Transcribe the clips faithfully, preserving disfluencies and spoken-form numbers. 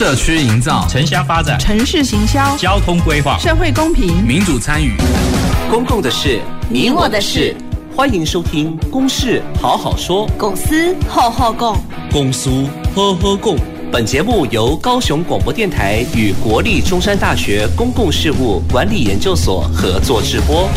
社区营造、 城乡发展、 城市行销、 交通规划、 社会公平、 民主参与， 公共的事，你我的事。欢迎收听《公事好好说》， 公司好好讲， 公司呵呵共。本节目由高雄广播电台与国立中山大学公共事务管理研究所合作直播。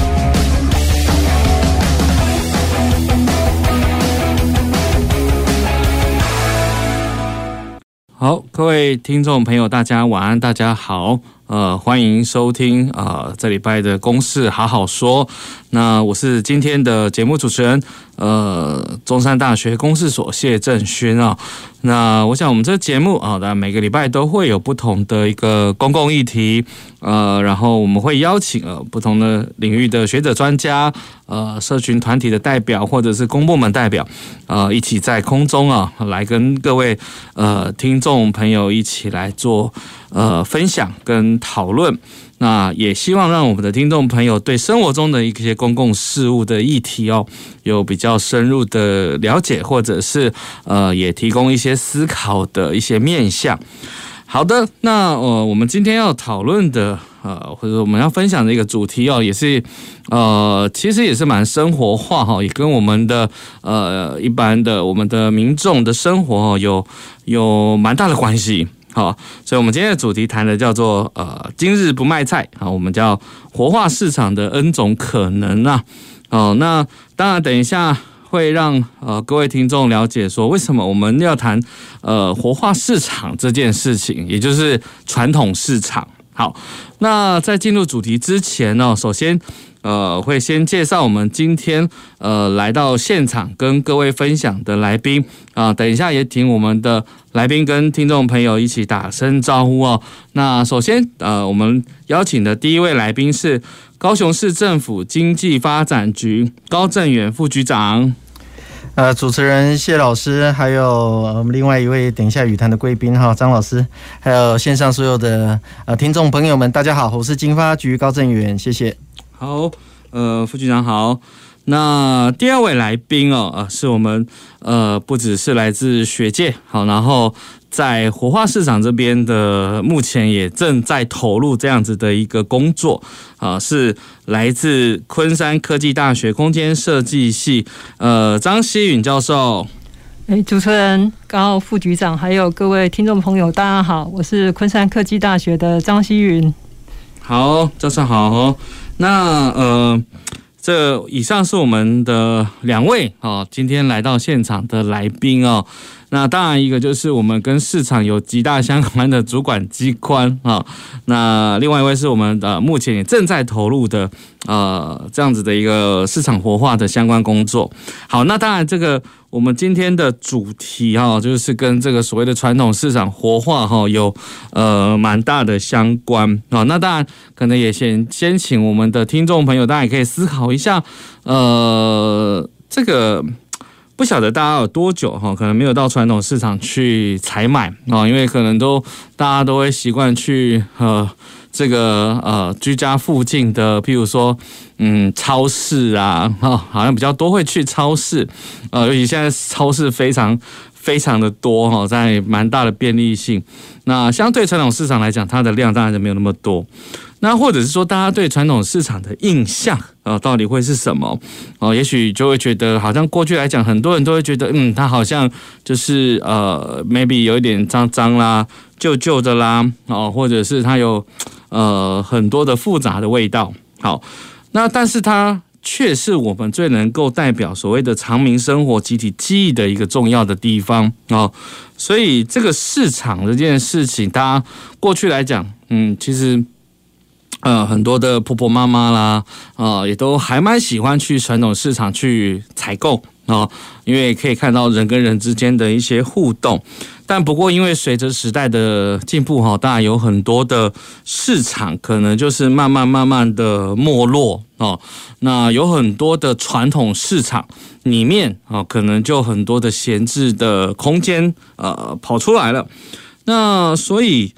好，各位听众朋友，大家晚安，大家好。呃，欢迎收听呃这礼拜的公事好好说。那我是今天的节目主持人，呃，中山大学公事所谢正勋啊。那我想我们这个节目啊，当然每个礼拜都会有不同的一个公共议题，呃，然后我们会邀请呃不同的领域的学者专家，呃，社群团体的代表或者是公部门代表，呃，一起在空中啊来跟各位呃听众朋友一起来做呃分享跟讨论。那也希望让我们的听众朋友对生活中的一些公共事务的议题哦，有比较深入的了解，或者是呃也提供一些思考的一些面向。好的，那呃我们今天要讨论的呃或者我们要分享的一个主题哦，也是呃其实也是蛮生活化哈，也跟我们的呃一般的我们的民众的生活有有蛮大的关系。好，所以我们今天的主题谈的叫做呃今日不卖菜，好，我们叫活化市场的 N 种可能啊。哦，那当然等一下会让呃各位听众了解说为什么我们要谈呃活化市场这件事情，也就是传统市场。好，那在进入主题之前呢，首先呃会先介绍我们今天呃来到现场跟各位分享的来宾啊、呃，等一下也请我们的来宾跟听众朋友一起打声招呼哦。那首先呃我们邀请的第一位来宾是高雄市政府经济发展局高正远副局长。 呃，主持人谢老师，还有我们另外一位等一下语坛的贵宾哈，张老师，还有线上所有的呃听众朋友们，大家好，我是经发局高正远，谢谢。 好，呃，副局长好。那第二位来宾哦，呃，是我们呃不只是来自学界，好，然后在活化市场这边的，目前也正在投入这样子的一个工作啊、呃，是来自昆山科技大学空间设计系呃张希允教授。 哎，主持人高副局长，还有各位听众朋友，大家好，我是昆山科技大学的张希允。 好，教授好哦。那呃。这以上是我们的两位哦，今天来到现场的来宾哦。那当然，一个就是我们跟市场有极大相关的主管机关啊、哦。那另外一位是我们呃目前也正在投入的呃这样子的一个市场活化的相关工作。好，那当然这个我们今天的主题哈、哦，就是跟这个所谓的传统市场活化哈、哦、有呃蛮大的相关啊、哦。那当然可能也先先请我们的听众朋友，大家也可以思考一下，呃，这个。不晓得大家有多久哈，可能没有到传统市场去采买啊，因为可能都大家都会习惯去呃这个呃居家附近的，譬如说嗯超市啊，好像比较多会去超市，呃，尤其现在超市非常非常的多哈，在蛮大的便利性。那相对传统市场来讲，它的量当然就没有那么多。那或者是说，大家对传统市场的印象啊、呃，到底会是什么？哦、呃，也许就会觉得，好像过去来讲，很多人都会觉得，嗯，它好像就是呃 ，maybe 有一点脏脏啦、旧旧的啦，哦、呃，或者是它有呃很多的复杂的味道。好，那但是它却是我们最能够代表所谓的常民生活集体记忆的一个重要的地方哦、呃。所以这个市场这件事情，大家过去来讲，嗯，其实。呃，很多的婆婆妈妈啦，呃，也都还蛮喜欢去传统市场去采购啊、呃，因为可以看到人跟人之间的一些互动。但不过，因为随着时代的进步哈，当然有很多的市场可能就是慢慢慢慢的没落哦。那有很多的传统市场里面啊，可能就很多的闲置的空间呃跑出来了。那所以。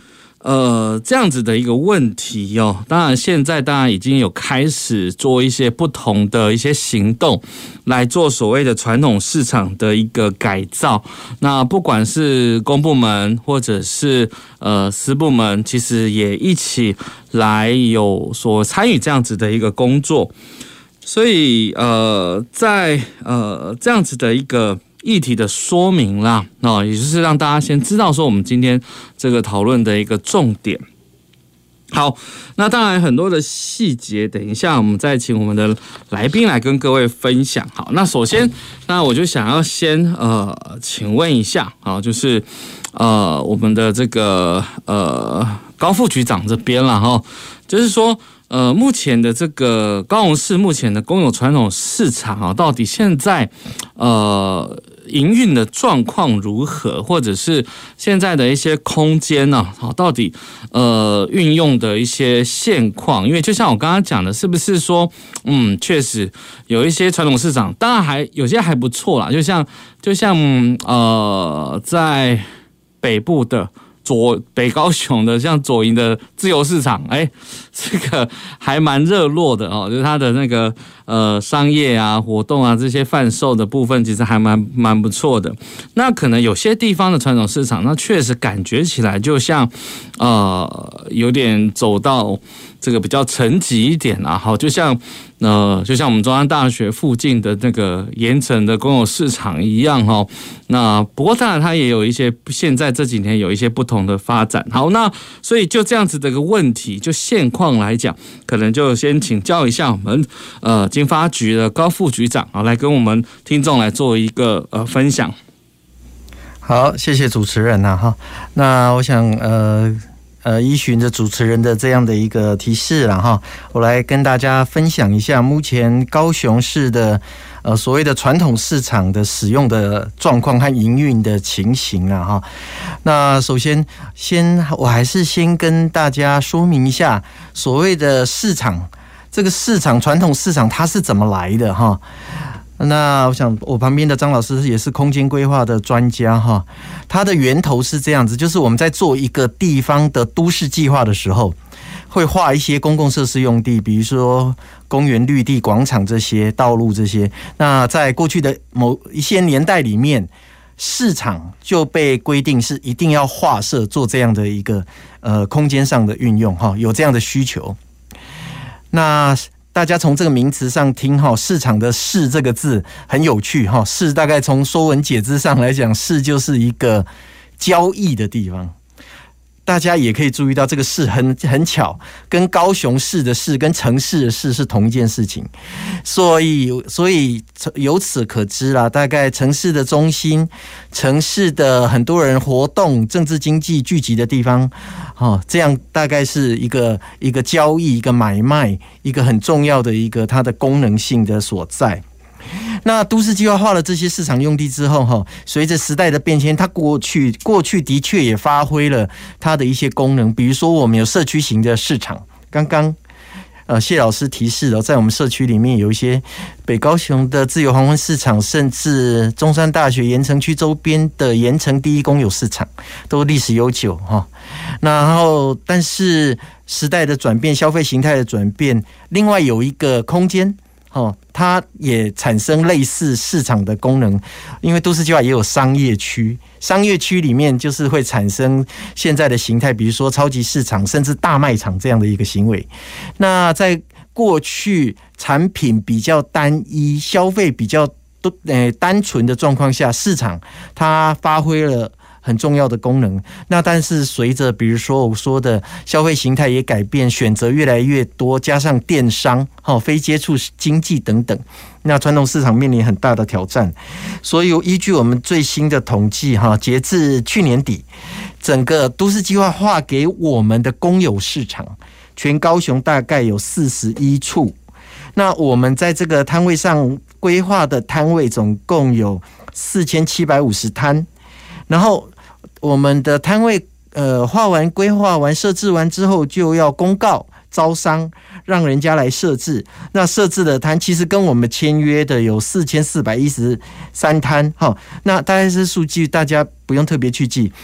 呃，这样子的一个问题哦，当然现在当然已经有开始做一些不同的一些行动，来做所谓的传统市场的一个改造。那不管是公部门或者是呃私部门，其实也一起来有所参与这样子的一个工作。所以呃，在呃这样子的一个议题的说明啦，哦，也就是让大家先知道说我们今天这个讨论的一个重点。好，那当然很多的细节，等一下我们再请我们的来宾来跟各位分享。好，那首先，那我就想要先呃，请问一下，好，就是呃，我们的这个呃高副局长这边啦，哈，就是说。呃，目前的这个高雄市目前的公有传统市场啊，到底现在呃营运的状况如何，或者是现在的一些空间呢、啊？好，到底呃运用的一些现况？因为就像我刚刚讲的，是不是说，嗯，确实有一些传统市场，当然还有些还不错啦，就像就像呃在北部的。左北高雄的像左营的自由市场，哎，这个还蛮热络的哦，就是它的那个呃商业啊、活动啊这些贩售的部分，其实还蛮蛮不错的。那可能有些地方的传统市场，那确实感觉起来就像呃有点走到这个比较层级一点啊，好，就像呃就像我们中央大学附近的那个盐埕的公有市场一样哈。那不过当然它也有一些现在这几年有一些不同的发展。好，那所以就这样子的一个问题，就现况来讲，可能就先请教一下我们呃经发局的高副局长啊，来跟我们听众来做一个呃分享。 好，谢谢主持人呐、啊、哈。那我想呃。呃，依循着主持人的这样的一个提示啦哈，我来跟大家分享一下目前高雄市的呃所谓的传统市场的使用的状况和营运的情形啦哈。那首先，先我还是先跟大家说明一下所谓的市场，这个市场传统市场它是怎么来的哈。那我想，我旁边的张老师也是空间规划的专家哈。它的源头是这样子，就是我们在做一个地方的都市计划的时候，会画一些公共设施用地，比如说公园、绿地、广场这些道路这些。那在过去的某一些年代里面，市场就被规定是一定要划设做这样的一个呃空间上的运用哈，有这样的需求。那大家从这个名词上听哈，市场的市这个字很有趣哈，市大概从说文解字上来讲，市就是一个交易的地方。大家也可以注意到，这个市很很巧，跟高雄市的市跟城市的市是同一件事情，所以所以由此可知啦，大概城市的中心、城市的很多人活动、政治经济聚集的地方，哦，这样大概是一个一个交易、一个买卖、一个很重要的一个它的功能性的所在。那都市计划化了这些市场用地之后，随着时代的变迁，它过去过去的确也发挥了它的一些功能，比如说我们有社区型的市场，刚刚呃谢老师提示了，在我们社区里面有一些北高雄的自由黄昏市场，甚至中山大学盐埕区周边的盐埕第一公有市场，都历史悠久哈。然后，但是时代的转变，消费形态的转变，另外有一个空间。哦，它也产生类似市场的功能，因为都市计划也有商业区，商业区里面就是会产生现在的形态，比如说超级市场，甚至大卖场这样的一个行为。那在过去产品比较单一、消费比较都呃单纯的状况下，市场它发挥了很重要的功能。那但是随着比如说我说的消费形态也改变，选择越来越多，加上电商、非接触经济等等，那传统市场面临很大的挑战。所以依据我们最新的统计，截至去年底，整个都市计划划给我们的公有市场，全高雄大概有四十一处。那我们在这个摊位上规划的摊位总共有四千七百五十摊，然后我们的摊位呃画完、规划完、设置完之后，就要公告招商，让人家来设置。那设置的摊其实跟我们签约的有四千四百一十三摊，哈，那大概是数据，大家不用特别去记。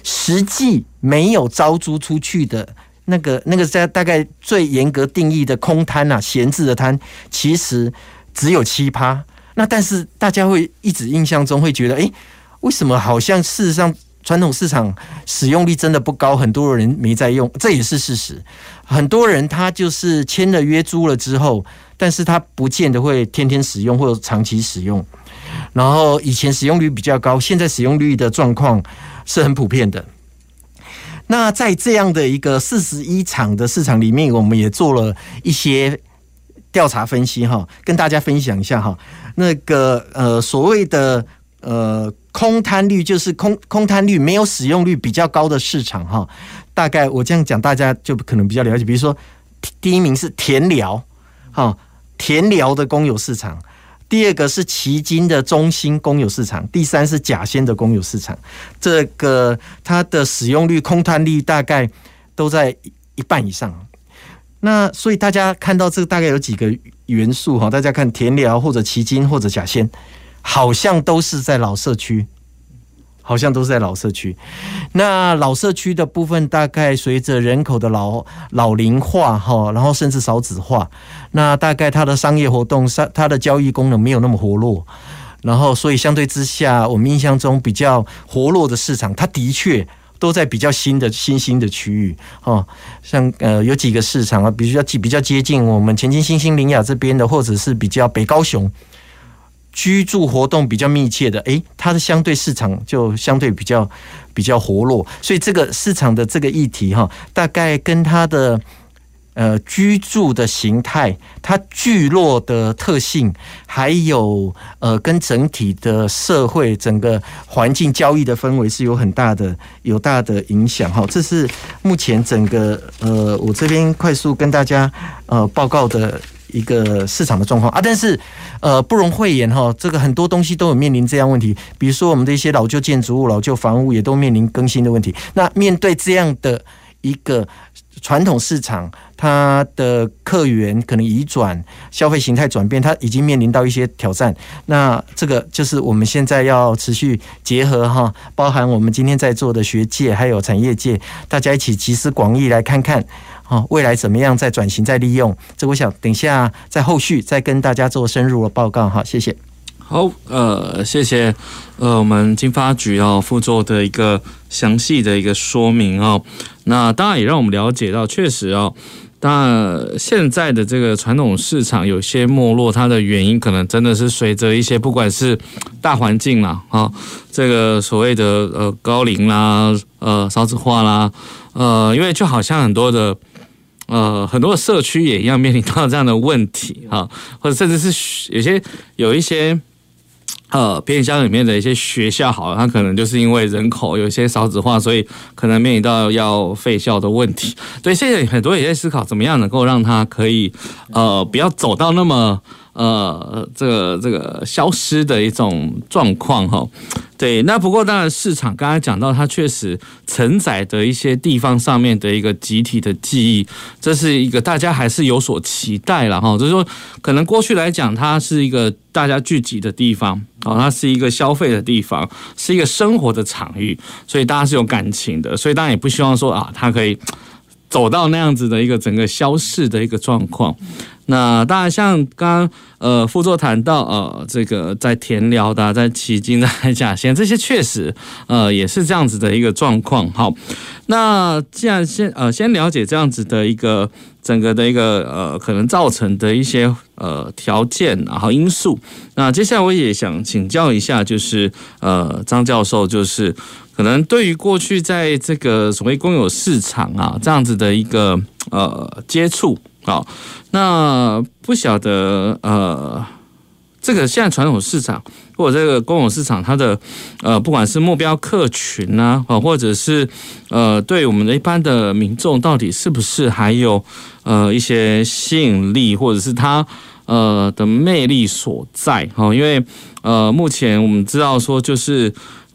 实际没有招租出去的那个那个在大概最严格定义的空摊啊，闲置的摊，其实只有七趴。那但是大家会一直印象中会觉得，哎、欸，为什么好像事实上传统市场使用率真的不高，很多人没在用，这也是事实。很多人他就是签了约租了之后，但是他不见得会天天使用或者长期使用。然后以前使用率比较高，现在使用率的状况是很普遍的。那在这样的一个四十一场的市场里面，我们也做了一些调查分析哈，跟大家分享一下哈。那个呃所谓的呃空摊率，就是空空摊率没有使用率比较高的市场哈。大概我这样讲，大家就可能比较了解。比如说第一名是田寮，哈，田寮的公有市场。第二个是旗津的中心公有市场，第三是甲仙的公有市场。这个它的使用率、空摊率大概都在一半以上。那所以大家看到这个大概有几个元素哈，大家看田寮或者旗津或者甲仙，好像都是在老社区。好像都是在老社区。那老社区的部分，大概随着人口的老老龄化哈，然后甚至少子化，那大概它的商业活动、它的交易功能没有那么活络，然后所以相对之下，我们印象中比较活络的市场，它的确都在比较新的新兴的区域哦，像呃有几个市场啊，比较比较接近我们前进新兴苓雅这边的，或者是比较北高雄。居住活动比较密切的，诶，它的相对市场就相对比较比较活络，所以这个市场的这个议题哈，大概跟它的呃居住的形态、它聚落的特性，还有呃跟整体的社会整个环境交易的氛围是有很大的有大的影响哈。这是目前整个呃我这边快速跟大家呃报告的一个市场的状况啊，但是呃不容讳言哈，这个很多东西都有面临这样问题，比如说我们的一些老旧建筑物、老旧房屋也都面临更新的问题。那面对这样的一个传统市场，它的客源可能移转、消费形态转变，它已经面临到一些挑战。那这个就是我们现在要持续结合哈，包含我们今天在座的学界还有产业界，大家一起集思广益来看看。哦，未来怎么样再转型再利用？这我想等一下在后续再跟大家做深入的报告哈，谢谢。 好，呃，谢谢，呃，我们经发局哦副座的一个详细的一个说明哦。那当然也让我们了解到，确实哦，当然现在的这个传统市场有些没落，它的原因可能真的是随着一些不管是大环境啦，啊，这个所谓的呃高龄啦，呃少子化啦，呃，因为就好像很多的。呃，很多的社区也一样面临到这样的问题哈，或者甚至是有些有一些呃偏乡里面的一些学校，好了，它可能就是因为人口有一些少子化，所以可能面临到要废校的问题。对，现在很多也在思考怎么样能够让它可以呃不要走到那么呃这个这个消失的一种状况哈。对，那不过当然市场刚才讲到，它确实承载的一些地方上面的一个集体的记忆，这是一个大家还是有所期待啦哈。就是说，可能过去来讲，它是一个大家聚集的地方，哦，它是一个消费的地方，是一个生活的场域，所以大家是有感情的，所以当然也不希望说啊，它可以走到那样子的一个整个消逝的一个状况。那当然，像刚刚呃副座谈到呃这个在田寮的、啊、在旗津的、在甲仙，这些确实呃也是这样子的一个状况。好，那既然先呃先了解这样子的一个整个的一个呃可能造成的一些呃条件然后因素，那接下来我也想请教一下，就是呃张教授，就是可能对于过去在这个所谓公有市场啊这样子的一个呃接触。好，那不晓得呃，这个现在传统市场或者这个公有市场，它的呃，不管是目标客群啊，或者是呃，对我们的一般的民众，到底是不是还有呃一些吸引力，或者是它呃的魅力所在？哈，因为呃，目前我们知道说就是。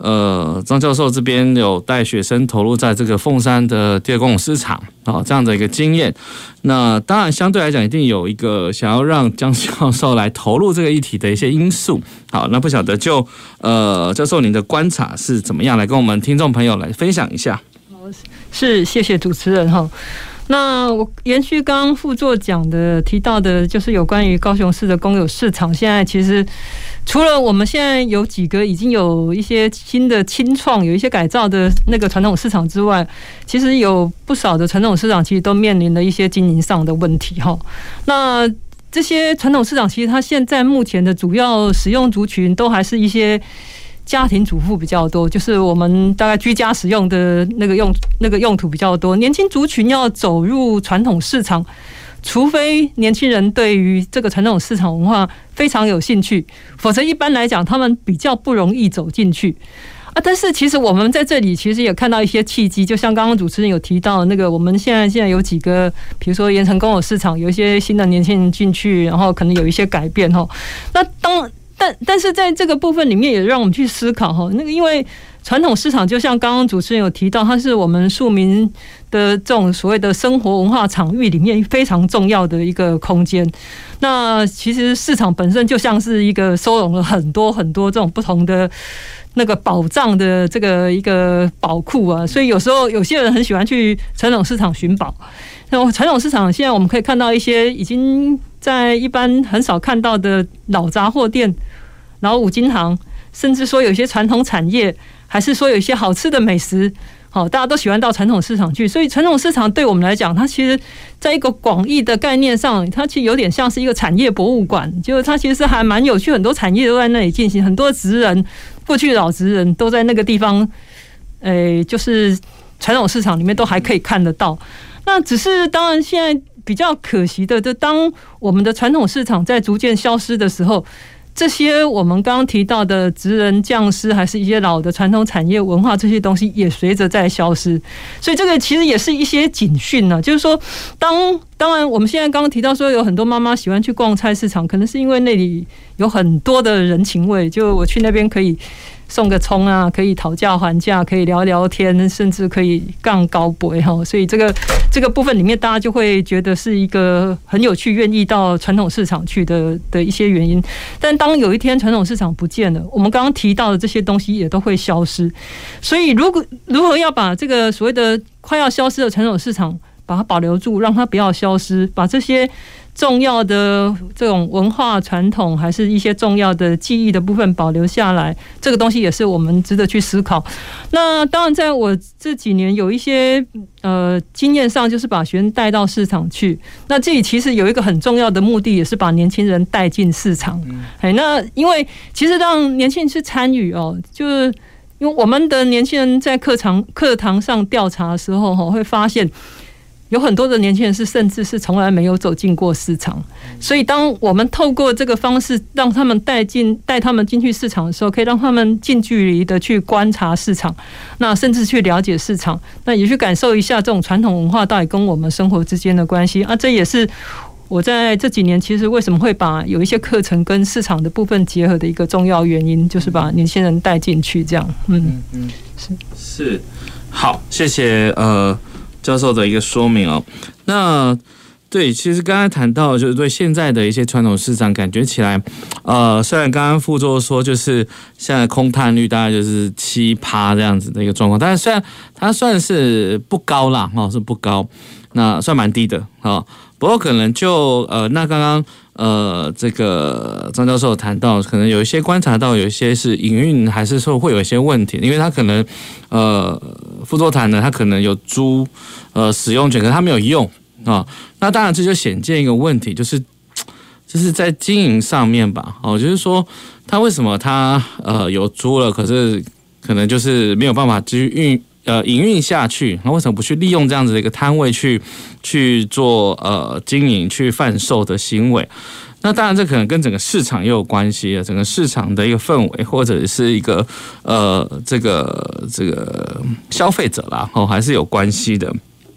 呃张教授这边有带学生投入在这个凤山的第二公有市场啊、哦、这样的一个经验。那当然相对来讲一定有一个想要让江教授来投入这个议题的一些因素。好，那不晓得就呃教授您的观察是怎么样，来跟我们听众朋友来分享一下。 是，谢谢主持人哈。那我延续刚刚副座讲的提到的，就是有关于高雄市的公有市场，现在其实除了我们现在有几个已经有一些新的清创，有一些改造的那个传统市场之外，其实有不少的传统市场其实都面临了一些经营上的问题哈。那这些传统市场其实它现在目前的主要使用族群都还是一些家庭主妇比较多，就是我们大概居家使用的那个用那个用途比较多。年轻族群要走入传统市场，除非年轻人对于这个传统市场文化非常有兴趣，否则一般来讲他们比较不容易走进去啊。但是其实我们在这里其实也看到一些契机，就像刚刚主持人有提到那个，我们现在现在有几个，比如说盐埕公有市场有一些新的年轻人进去，然后可能有一些改变哈。那当但但是在这个部分里面，也让我们去思考哈，那个因为传统市场就像刚刚主持人有提到，它是我们庶民的这种所谓的生活文化场域里面非常重要的一个空间。那其实市场本身就像是一个收容了很多很多这种不同的那个宝藏的这个一个宝库啊，所以有时候有些人很喜欢去传统市场寻宝。那传统市场现在我们可以看到一些已经在一般很少看到的老杂货店、老五金行，甚至说有一些传统产业，还是说有一些好吃的美食，好，大家都喜欢到传统市场去。所以传统市场对我们来讲，它其实在一个广义的概念上，它其实有点像是一个产业博物馆，就是它其实还蛮有趣，很多产业都在那里进行，很多职人，过去的老职人都在那个地方，诶，就是传统市场里面都还可以看得到。那只是当然现在比较可惜的，就当我们的传统市场在逐渐消失的时候，这些我们刚刚提到的职人、匠师，还是一些老的传统产业文化，这些东西也随着在消失。所以这个其实也是一些警讯呢，就是说，当当然我们现在刚刚提到说，有很多妈妈喜欢去逛菜市场，可能是因为那里有很多的人情味，就我去那边可以送个葱啊，可以讨价还价，可以聊聊天，甚至可以杠高博哈。所以这个这个部分里面，大家就会觉得是一个很有趣，愿意到传统市场去的的一些原因。但当有一天传统市场不见了，我们刚刚提到的这些东西也都会消失。所以如果如何要把这个所谓的快要消失的传统市场把它保留住，让它不要消失，把这些重要的这种文化传统，还是一些重要的记忆的部分保留下来，这个东西也是我们值得去思考。那当然，在我这几年有一些呃经验上，就是把学生带到市场去。那这里其实有一个很重要的目的，也是把年轻人带进市场。哎，那因为其实让年轻人去参与哦，就是因为我们的年轻人在课堂课堂上调查的时候，会发现有很多的年轻人是甚至是从来没有走进过市场，所以当我们透过这个方式让他们带进带他们进去市场的时候，可以让他们近距离的去观察市场，那甚至去了解市场，那也去感受一下这种传统文化到底跟我们生活之间的关系啊。这也是我在这几年其实为什么会把有一些课程跟市场的部分结合的一个重要原因，就是把年轻人带进去这样。嗯嗯，是是好，谢谢呃。教授的一个说明哦，那对，其实刚才谈到就是对现在的一些传统市场，感觉起来，呃，虽然刚刚副座说就是现在空摊率大概就是七趴这样子的一个状况，但是虽然它算是不高啦，哈，是不高，那算蛮低的啊。不过可能就呃，那刚刚呃，这个张教授谈到，可能有一些观察到，有一些是营运还是说会有一些问题，因为他可能呃，副座谈呢，他可能有租呃使用权，可是他没有用啊。那当然这就显见一个问题，就是就是在经营上面吧，哦，就是说他为什么他呃有租了，可是可能就是没有办法继续运。呃，营运下去，那为什么不去利用这样子的一个摊位去去做呃经营、去贩售的行为？那当然，这可能跟整个市场也有关系的，整个市场的一个氛围，或者是一个呃这个这个消费者啦，哦，还是有关系的。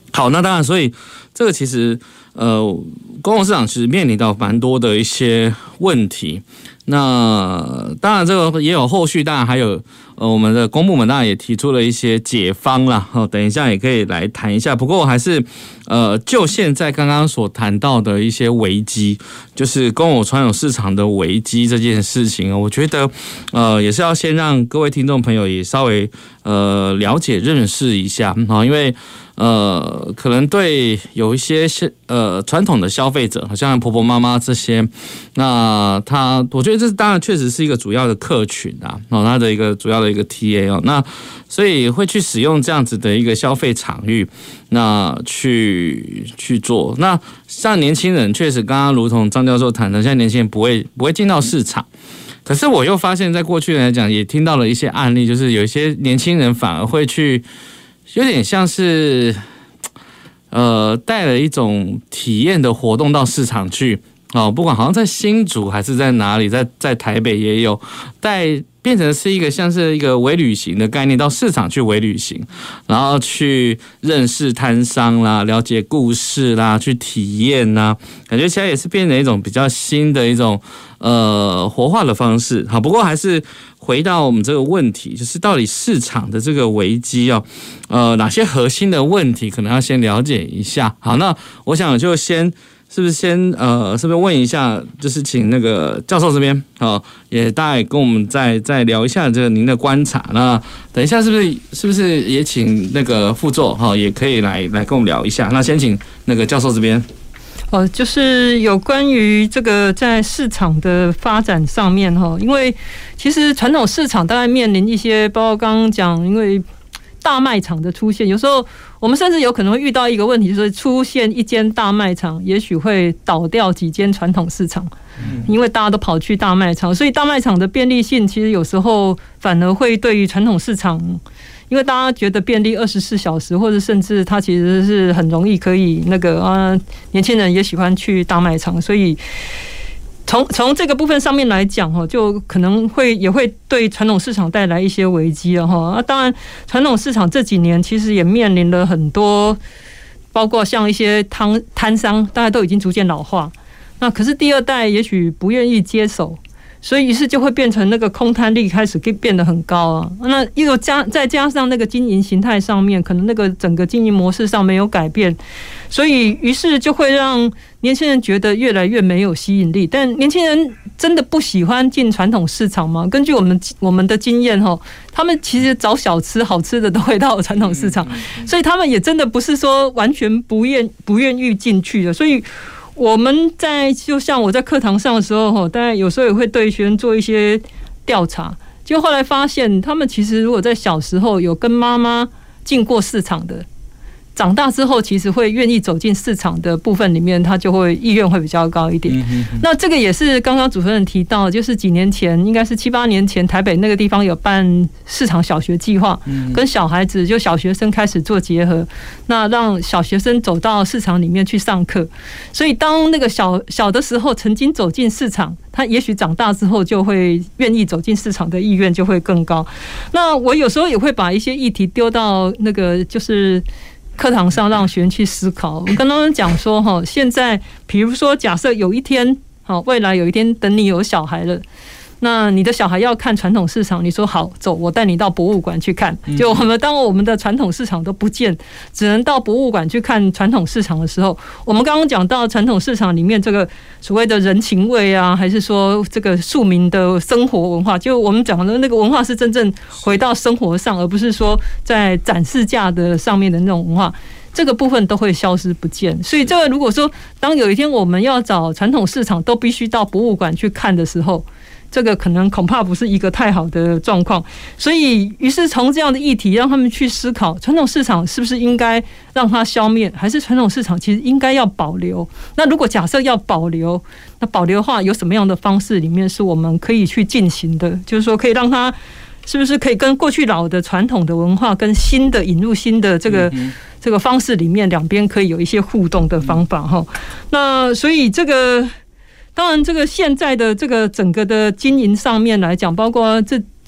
好，那当然，所以这个其实呃，公共市场其实面临到蛮多的一些问题。那当然，这个也有后续，当然还有呃，我们的公部门当然也提出了一些解方啦。哦，等一下也可以来谈一下。不过我还是呃，就现在刚刚所谈到的一些危机，就是公有传统市场的危机这件事情，我觉得呃，也是要先让各位听众朋友也稍微呃了解认识一下啊，因为。呃，可能对有一些呃传统的消费者，好像婆婆妈妈这些，那他我觉得这当然确实是一个主要的客群啊，哦，他的一个主要的一个 T A 哦，那所以会去使用这样子的一个消费场域，那去去做。那像年轻人，确实刚刚如同张教授谈的，现在年轻人不会不会进到市场。可是我又发现，在过去来讲，也听到了一些案例，就是有一些年轻人反而会去。有点像是，呃，带了一种体验的活动到市场去哦，不管好像在新竹还是在哪里，在在台北也有带，变成是一个像是一个微旅行的概念，到市场去微旅行，然后去认识摊商啦，了解故事啦，去体验啦，感觉起来也是变成一种比较新的一种呃活化的方式。好，不过还是。回到我们这个问题，就是到底市场的这个危机哦，呃，哪些核心的问题可能要先了解一下。好，那我想就先是不是先呃，是不是问一下，就是请那个教授这边哦，也大概跟我们再再聊一下这个您的观察。那等一下是不是是不是也请那个副座哈、哦，也可以来来跟我们聊一下。那先请那个教授这边。 哦，就是有关于这个在市场的发展上面哈，因为其实传统市场大概面临一些，包括刚刚讲，因为大卖场的出现，有时候我们甚至有可能会遇到一个问题，就是出现一间大卖场，也许会倒掉几间传统市场，因为大家都跑去大卖场，所以大卖场的便利性其实有时候反而会对于传统市场。因为大家觉得便利二十四小时，或者甚至它其实是很容易可以那个啊，年轻人也喜欢去大卖场，所以从从这个部分上面来讲哈，就可能会也会对传统市场带来一些危机了哈。啊，当然传统市场这几年其实也面临了很多，包括像一些摊摊商，大家都已经逐渐老化，那可是第二代也许不愿意接手。所以于是就会变成那个空摊率开始变得很高啊，那又加再加上那个经营形态上面，可能那个整个经营模式上没有改变，所以于是就会让年轻人觉得越来越没有吸引力。但年轻人真的不喜欢进传统市场吗？根据我们我们的经验哈，他们其实找小吃好吃的都会到传统市场，所以他们也真的不是说完全不愿不愿意进去的，所以。我们在就像我在课堂上的时候，大概有时候也会对学生做一些调查，结果后来发现，他们其实如果在小时候有跟妈妈进过市场的，长大之后其实会愿意走进市场的部分里面，他就会意愿会比较高一点。那这个也是刚刚主持人提到，就是几年前，应该是七八年前，台北那个地方有办市场小学计划，跟小孩子就小学生开始做结合，那让小学生走到市场里面去上课。所以当那个小小的时候曾经走进市场，他也许长大之后就会愿意走进市场的意愿就会更高。那我有时候也会把一些议题丢到那个就是课堂上让学生去思考。我跟他们讲说哈，现在比如说假设有一天，好，未来有一天等你有小孩了，那你的小孩要看传统市场，你说好，走，我带你到博物馆去看。就我们当我们的传统市场都不见，只能到博物馆去看传统市场的时候，我们刚刚讲到传统市场里面这个所谓的人情味啊，还是说这个庶民的生活文化，就我们讲的那个文化是真正回到生活上，而不是说在展示架的上面的那种文化。这个部分都会消失不见，所以这个如果说当有一天我们要找传统市场都必须到博物馆去看的时候，这个可能恐怕不是一个太好的状况。所以于是从这样的议题让他们去思考，传统市场是不是应该让它消灭，还是传统市场其实应该要保留。那如果假设要保留，那保留的话有什么样的方式里面是我们可以去进行的，就是说可以让它是不是可以跟过去老的传统的文化跟新的引入新的这个这个方式里面，两边可以有一些互动的方法哈。那所以这个当然这个现在的这个整个的经营上面来讲，包括这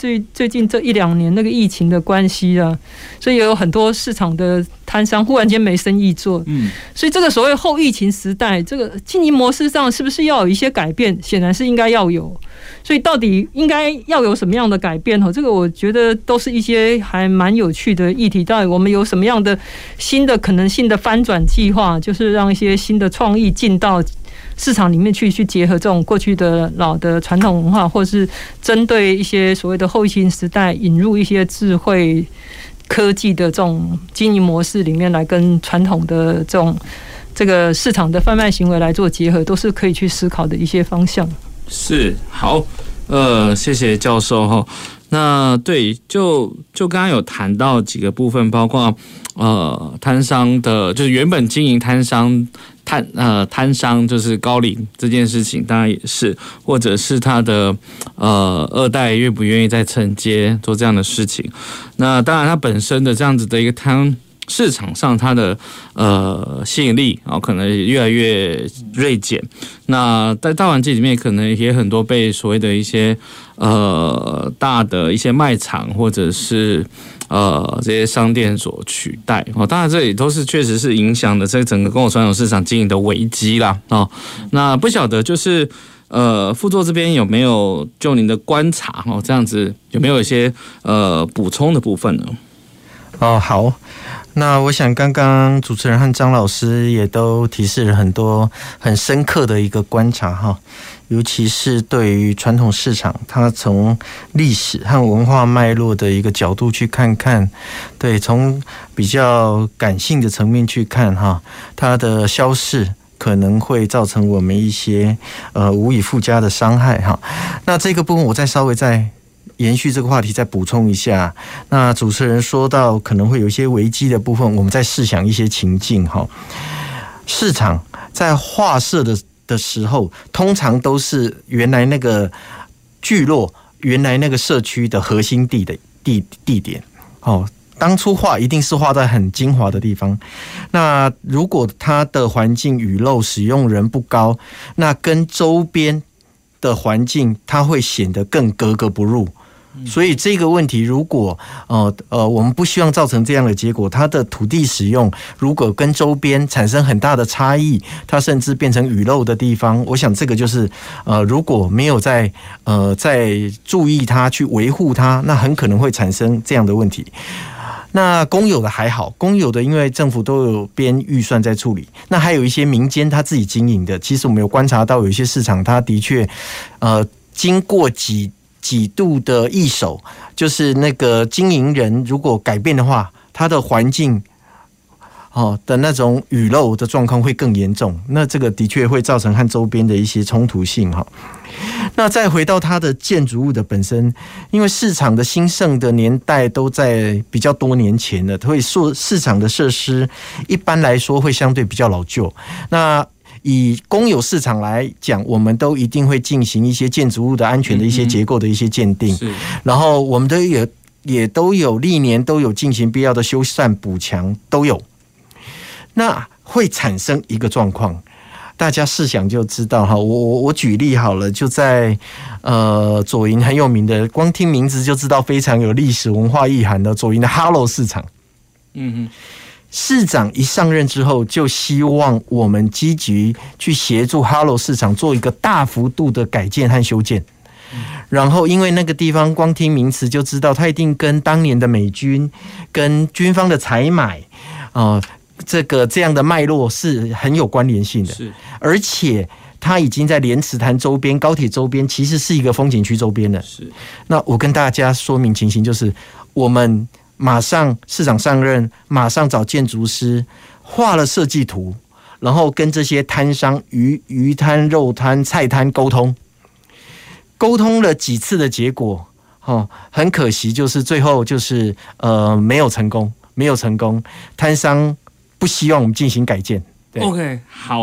最最近这一两年那个疫情的关系啊，所以也有很多市场的摊商忽然间没生意做，嗯，所以这个所谓后疫情时代，这个经营模式上是不是要有一些改变？显然是应该要有。所以到底应该要有什么样的改变？这个我觉得都是一些还蛮有趣的议题。到底我们有什么样的新的可能性的翻转计划，就是让一些新的创意进到市场里面去，去结合这种过去的老的传统文化，或是针对一些所谓的后疫情时代引入一些智慧科技的这种经营模式里面来跟传统的这种这个市场的贩卖行为来做结合，都是可以去思考的一些方向。 是，好，呃，谢谢教授哈。那对，就就刚刚有谈到几个部分，包括呃摊商的，就是原本经营摊商摊呃摊商就是高龄这件事情，当然也是，或者是他的呃二代愿不愿意再承接做这样的事情。那当然，他本身的这样子的一个摊。市场上它的呃吸引力啊、哦，可能越来越锐减。那在大环境里面，可能也很多被所谓的一些呃大的一些卖场或者是呃这些商店所取代哦。当然，这里都是确实是影响了这个整个公有传统市场经营的危机啦哦。那不晓得就是呃副座这边有没有就您的观察哦，这样子有没有一些呃补充的部分呢？ 哦，好。那我想刚刚主持人和张老师也都提示了很多很深刻的一个观察哈，尤其是对于传统市场，它从历史和文化脉络的一个角度去看看，对，从比较感性的层面去看哈，它的消逝可能会造成我们一些呃无以复加的伤害哈。那这个部分我再稍微再延续这个话题再补充一下，那主持人说到可能会有一些危机的部分，我们再试想一些情境哈。市场在划设的的时候，通常都是原来那个聚落、原来那个社区的核心地的地地点哦。当初画一定是画在很精华的地方，那如果它的环境雨漏、使用人不高，那跟周边的环境它会显得更格格不入。所以这个问题，如果呃呃我们不希望造成这样的结果，它的土地使用如果跟周边产生很大的差异，它甚至变成雨漏的地方，我想这个就是呃如果没有在呃在注意它去维护它，那很可能会产生这样的问题。那公有的还好，公有的因为政府都有编预算在处理，那还有一些民间他自己经营的，其实我们有观察到有一些市场，它的确呃经过几几度的易手，就是那个经营人如果改变的话，它的环境哦的那种雨漏的状况会更严重，那这个的确会造成和周边的一些冲突性哈。那再回到它的建筑物的本身，因为市场的兴盛的年代都在比较多年前了，所以市场的设施一般来说会相对比较老旧。那以公有市场来讲，我们都一定会进行一些建筑物的安全的一些结构的一些鉴定，嗯、然后我们都有也都有历年都有进行必要的修缮补强都有。那会产生一个状况，大家试想就知道哈。我我我举例好了，就在呃左营很有名的，光听名字就知道非常有历史文化意涵的左营的哈喽市场。嗯哼。市长一上任之后，就希望我们积极去协助哈喽市场做一个大幅度的改建和修建。然后，因为那个地方光听名词就知道，它一定跟当年的美军、跟军方的采买啊、呃，这个这样的脉络是很有关联性的。是，而且它已经在莲池潭周边、高铁周边，其实是一个风景区周边了。是，那我跟大家说明情形，就是我们。马上市长上任，马上找建筑师画了设计图，然后跟这些摊商鱼鱼摊、肉摊、菜摊沟通，沟通了几次的结果，哦，很可惜，就是最后就是呃没有成功，没有成功，摊商不希望我们进行改建。 OK， 好。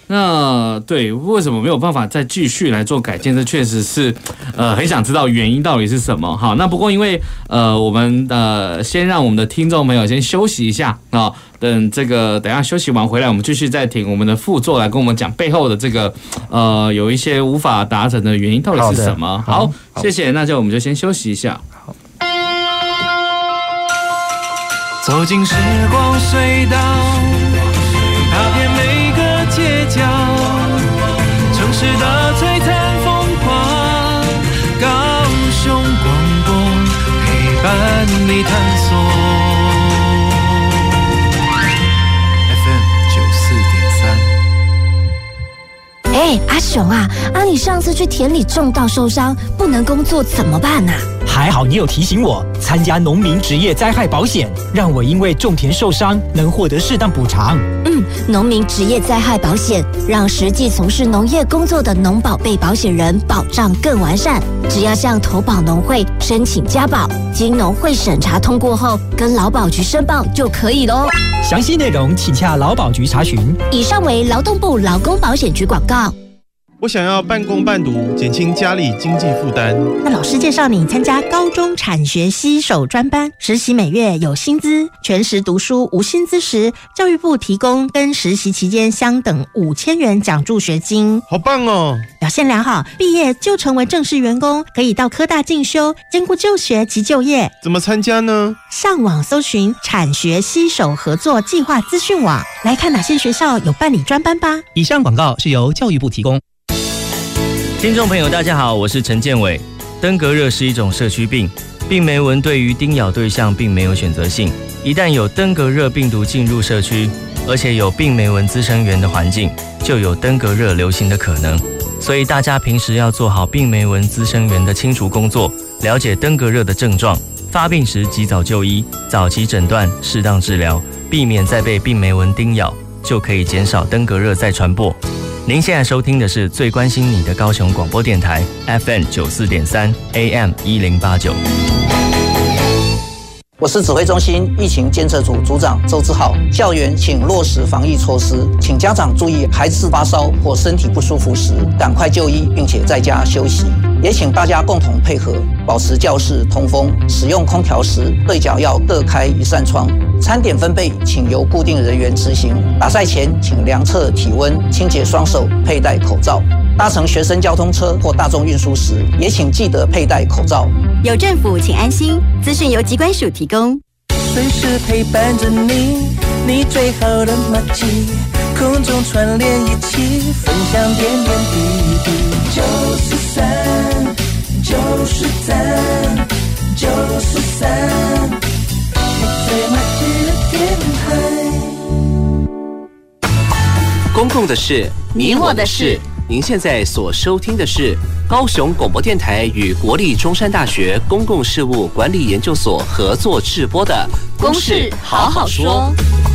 那对，为什么没有办法再继续来做改建？这确实是，呃，很想知道原因到底是什么。好，那不过因为呃，我们呃，先让我们的听众朋友先休息一下啊、哦，等这个等一下休息完回来，我们继续再听我们的副座来跟我们讲背后的这个呃，有一些无法达成的原因到底是什么。好，好谢谢，那就我们就先休息一下。好。 走进时光隧道，踏遍每个街角，城市的璀璨风华，高雄广播陪伴你探索 F M 九四点三。 哎，阿雄啊，啊你上次去田里种稻受伤，不能工作怎么办啊？ 还好你有提醒我参加农民职业灾害保险，让我因为种田受伤能获得适当补偿。 嗯，农民职业灾害保险让实际从事农业工作的农保被保险人保障更完善。只要向投保农会申请加保，经农会审查通过后，跟劳保局申报就可以咯。 详细内容请洽劳保局查询。 以上为劳动部劳工保险局广告。 我想要半工半读，减轻家里经济负担。 那老师介绍你参加高中产学携手专班，实习每月有薪资，全时读书无薪资时，教育部提供跟实习期间相等五千元奖助学金。 好棒哦！ 表现良好，毕业就成为正式员工，可以到科大进修，兼顾就学及就业。 怎么参加呢？ 上网搜寻产学携手合作计划资讯网，来看哪些学校有办理专班吧。 以上广告是由教育部提供。 听众朋友大家好，我是陈建伟。登革热是一种社区病，病媒蚊对于叮咬对象并没有选择性，一旦有登革热病毒进入社区，而且有病媒蚊滋生源的环境，就有登革热流行的可能。所以大家平时要做好病媒蚊滋生源的清除工作，了解登革热的症状，发病时及早就医，早期诊断，适当治疗，避免再被病媒蚊叮咬，就可以减少登革热再传播。您现在收听的是最关心你的高雄广播电台 F M 九四点三 A M 一零八九。 我是指挥中心疫情监测组组长周志浩。校园请落实防疫措施，请家长注意，孩子发烧或身体不舒服时，赶快就医，并且在家休息。也请大家共同配合，保持教室通风，使用空调时对角要各开一扇窗。餐点分配请由固定人员执行。打赛前请量测体温，清洁双手，佩戴口罩。搭乘学生交通车或大众运输时，也请记得佩戴口罩。 有政府，请安心。资讯由疾管署提供。 随时陪伴着你，你最好的默契，空中串联一起，分享点点滴滴。九十三，九十三，九十三，你最默契的电台。 公共的事，你我的事。您现在所收听的是高雄广播电台与国立中山大学公共事务管理研究所合作制播的《公事好好说》。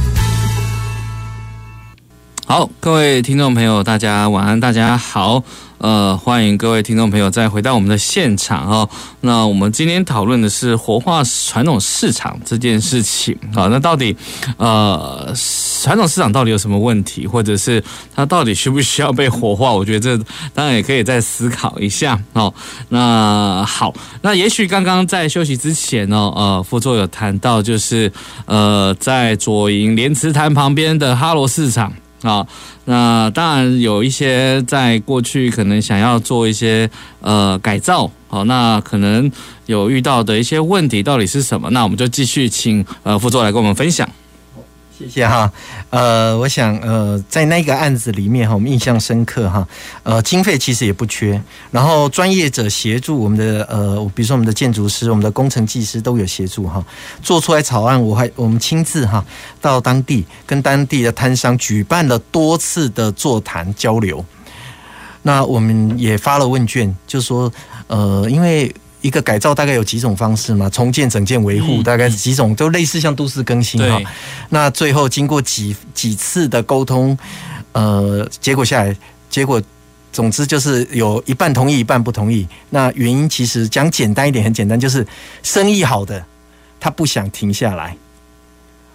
好，各位听众朋友，大家晚安，大家好。呃，欢迎各位听众朋友再回到我们的现场哦。那我们今天讨论的是活化传统市场这件事情啊。那到底呃传统市场到底有什么问题，或者是它到底需不需要被活化？我觉得这当然也可以再思考一下哦。那好，那也许刚刚在休息之前呢，呃，副座有谈到就是呃在左营莲池潭旁边的哈罗市场。啊，那当然有一些在过去可能想要做一些呃改造，好，那可能有遇到的一些问题到底是什么？那我们就继续请呃副座来跟我们分享。 谢谢哈，呃，我想呃，在那个案子里面哈，我们印象深刻哈，呃，经费其实也不缺，然后专业者协助我们的呃，比如说我们的建筑师、我们的工程技师都有协助哈，做出来草案，我还我们亲自哈到当地跟当地的摊商举办了多次的座谈交流，那我们也发了问卷，就是说呃，因为一个改造大概有几种方式嘛，重建、整建、维护，大概几种，都类似像都市更新哈。那最后经过几几次的沟通，呃，结果下来，结果总之就是有一半同意，一半不同意。那原因其实讲简单一点，很简单，就是生意好的他不想停下来。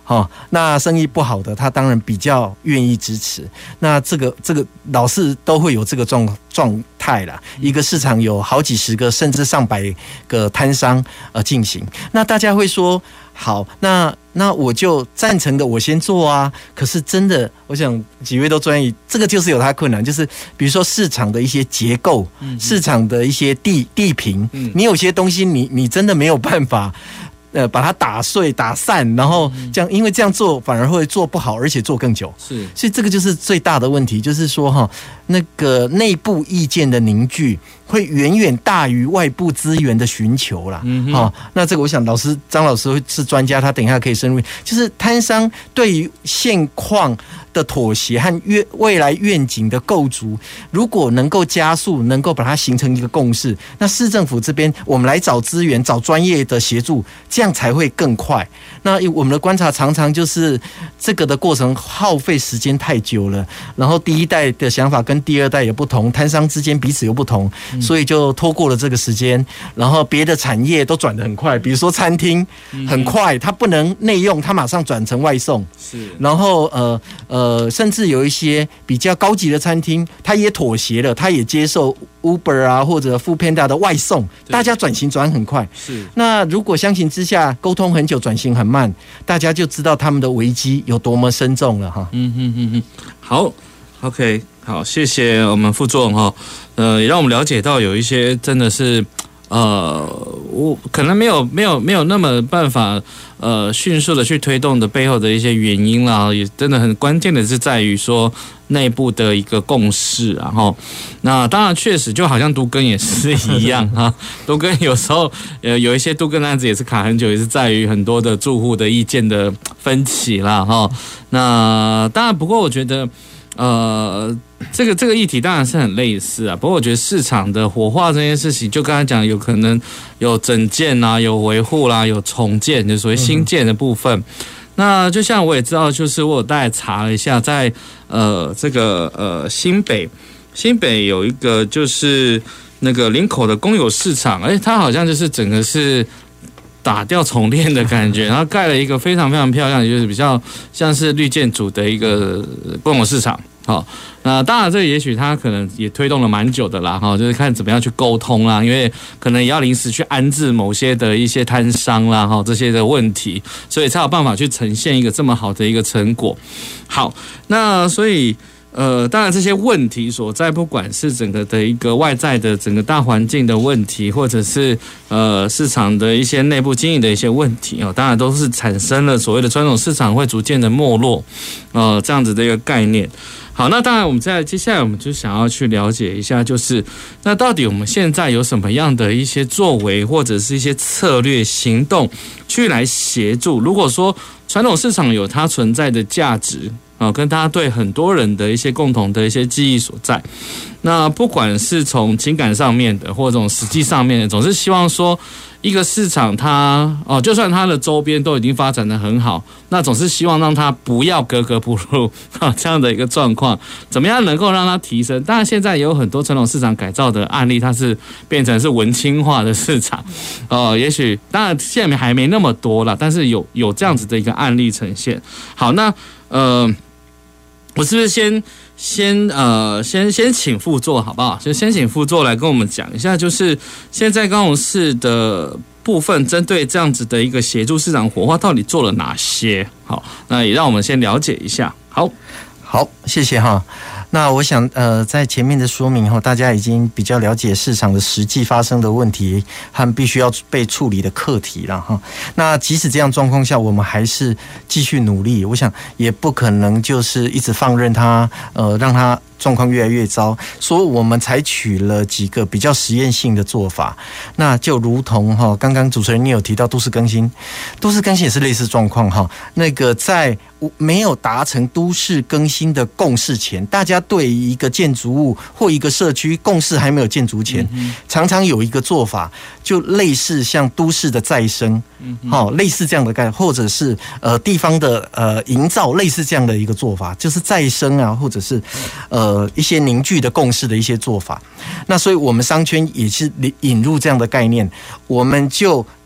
哦，那生意不好的，他当然比较愿意支持。那这个这个老是都会有这个状状态啦。一个市场有好几十个甚至上百个摊商呃进行，那大家会说好，那那我就赞成的我先做啊。可是真的，我想几位都专业，这个就是有它困难，就是比如说市场的一些结构，嗯、市场的一些地地平，嗯、你有些东西你你真的没有办法。呃，把它打碎、打散，然后这样，因为这样做反而会做不好，而且做更久。是，所以这个就是最大的问题，就是说哈，那个内部意见的凝聚会远远大于外部资源的寻求啦。嗯，好，那这个我想老师张老师是专家，他等一下可以深入。就是摊商对于现况的妥协和未来愿景的构筑，如果能够加速，能够把它形成一个共识，那市政府这边我们来找资源、找专业的协助，这样才会更快。那我们的观察常常就是这个的过程耗费时间太久了，然后第一代的想法跟第二代也不同，摊商之间彼此又不同，所以就拖过了这个时间。然后别的产业都转得很快，比如说餐厅很快，它不能内用，它马上转成外送。是，然后呃呃。呃，甚至有一些比较高级的餐厅，他也妥协了，他也接受 Uber 啊或者 Foodpanda 的外送，大家转型转很快。是，那如果相形之下沟通很久，转型很慢，大家就知道他们的危机有多么深重了哈。 嗯嗯嗯嗯，好 ，OK， 好，谢谢我们副总哈，呃，也让我们了解到有一些真的是。呃，我可能没有没有没有那么办法呃迅速的去推动的背后的一些原因啦，也真的很关键的是在于说内部的一个共识，然后那当然确实就好像都更也是一样哈，都更有时候呃有一些都更案子也是卡很久，也是在于很多的住户的意见的分歧啦哈。那当然不过我觉得。呃，这个这个议题当然是很类似啊，不过我觉得市场的活化这件事情，就刚才讲，有可能有整建啦，有维护啦，有重建，就所谓新建的部分。嗯、那就像我也知道，就是我有大概查了一下，在呃这个呃新北新北有一个就是那个林口的公有市场，哎，它好像就是整个是。打掉重练的感觉，然后盖了一个非常非常漂亮，就是比较像是绿建筑的一个公有市场。好，那当然这也许他可能也推动了蛮久的啦，哈，就是看怎么样去沟通啦，因为可能也要临时去安置某些的一些摊商啦，哈，这些的问题，所以才有办法去呈现一个这么好的一个成果。好，那所以。呃，当然这些问题所在，不管是整个的一个外在的整个大环境的问题，或者是呃市场的一些内部经营的一些问题哦，当然都是产生了所谓的传统市场会逐渐的没落，呃，这样子的一个概念。好，那当然我们在接下来我们就想要去了解一下，就是那到底我们现在有什么样的一些作为，或者是一些策略行动，去来协助。如果说传统市场有它存在的价值。啊，跟他对很多人的一些共同的一些记忆所在，那不管是从情感上面的，或者从实际上面的，总是希望说一个市场它哦，就算它的周边都已经发展得很好，那总是希望让它不要格格不入啊这样的一个状况，怎么样能够让它提升？当然现在也有很多传统市场改造的案例，它是变成是文青化的市场，哦、呃，也许当然现在还没那么多啦，但是有有这样子的一个案例呈现。好，那呃。我是不是先先呃先先请副座好不好？就先请副座来跟我们讲一下，就是现在高雄市的部分针对这样子的一个协助市场活化，到底做了哪些？好，那也让我们先了解一下。好， 好，谢谢哈。那我想，呃，在前面的说明后，大家已经比较了解市场的实际发生的问题和必须要被处理的课题了哈。那即使这样状况下，我们还是继续努力。我想也不可能就是一直放任它，呃，让它状况越来越糟。所以我们采取了几个比较实验性的做法。那就如同哈，刚刚主持人你有提到都市更新，都市更新也是类似状况哈。那个在没有达成都市更新的共识前，大家对一个建筑物或一个社区共识还没有建筑前，嗯、常常有一个做法，就类似像都市的再生，好、嗯，类似这样的概念，或者是呃地方的呃营造，类似这样的一个做法，就是再生啊，或者是呃一些凝聚的共识的一些做法。那所以我们商圈也是引入这样的概念，我们就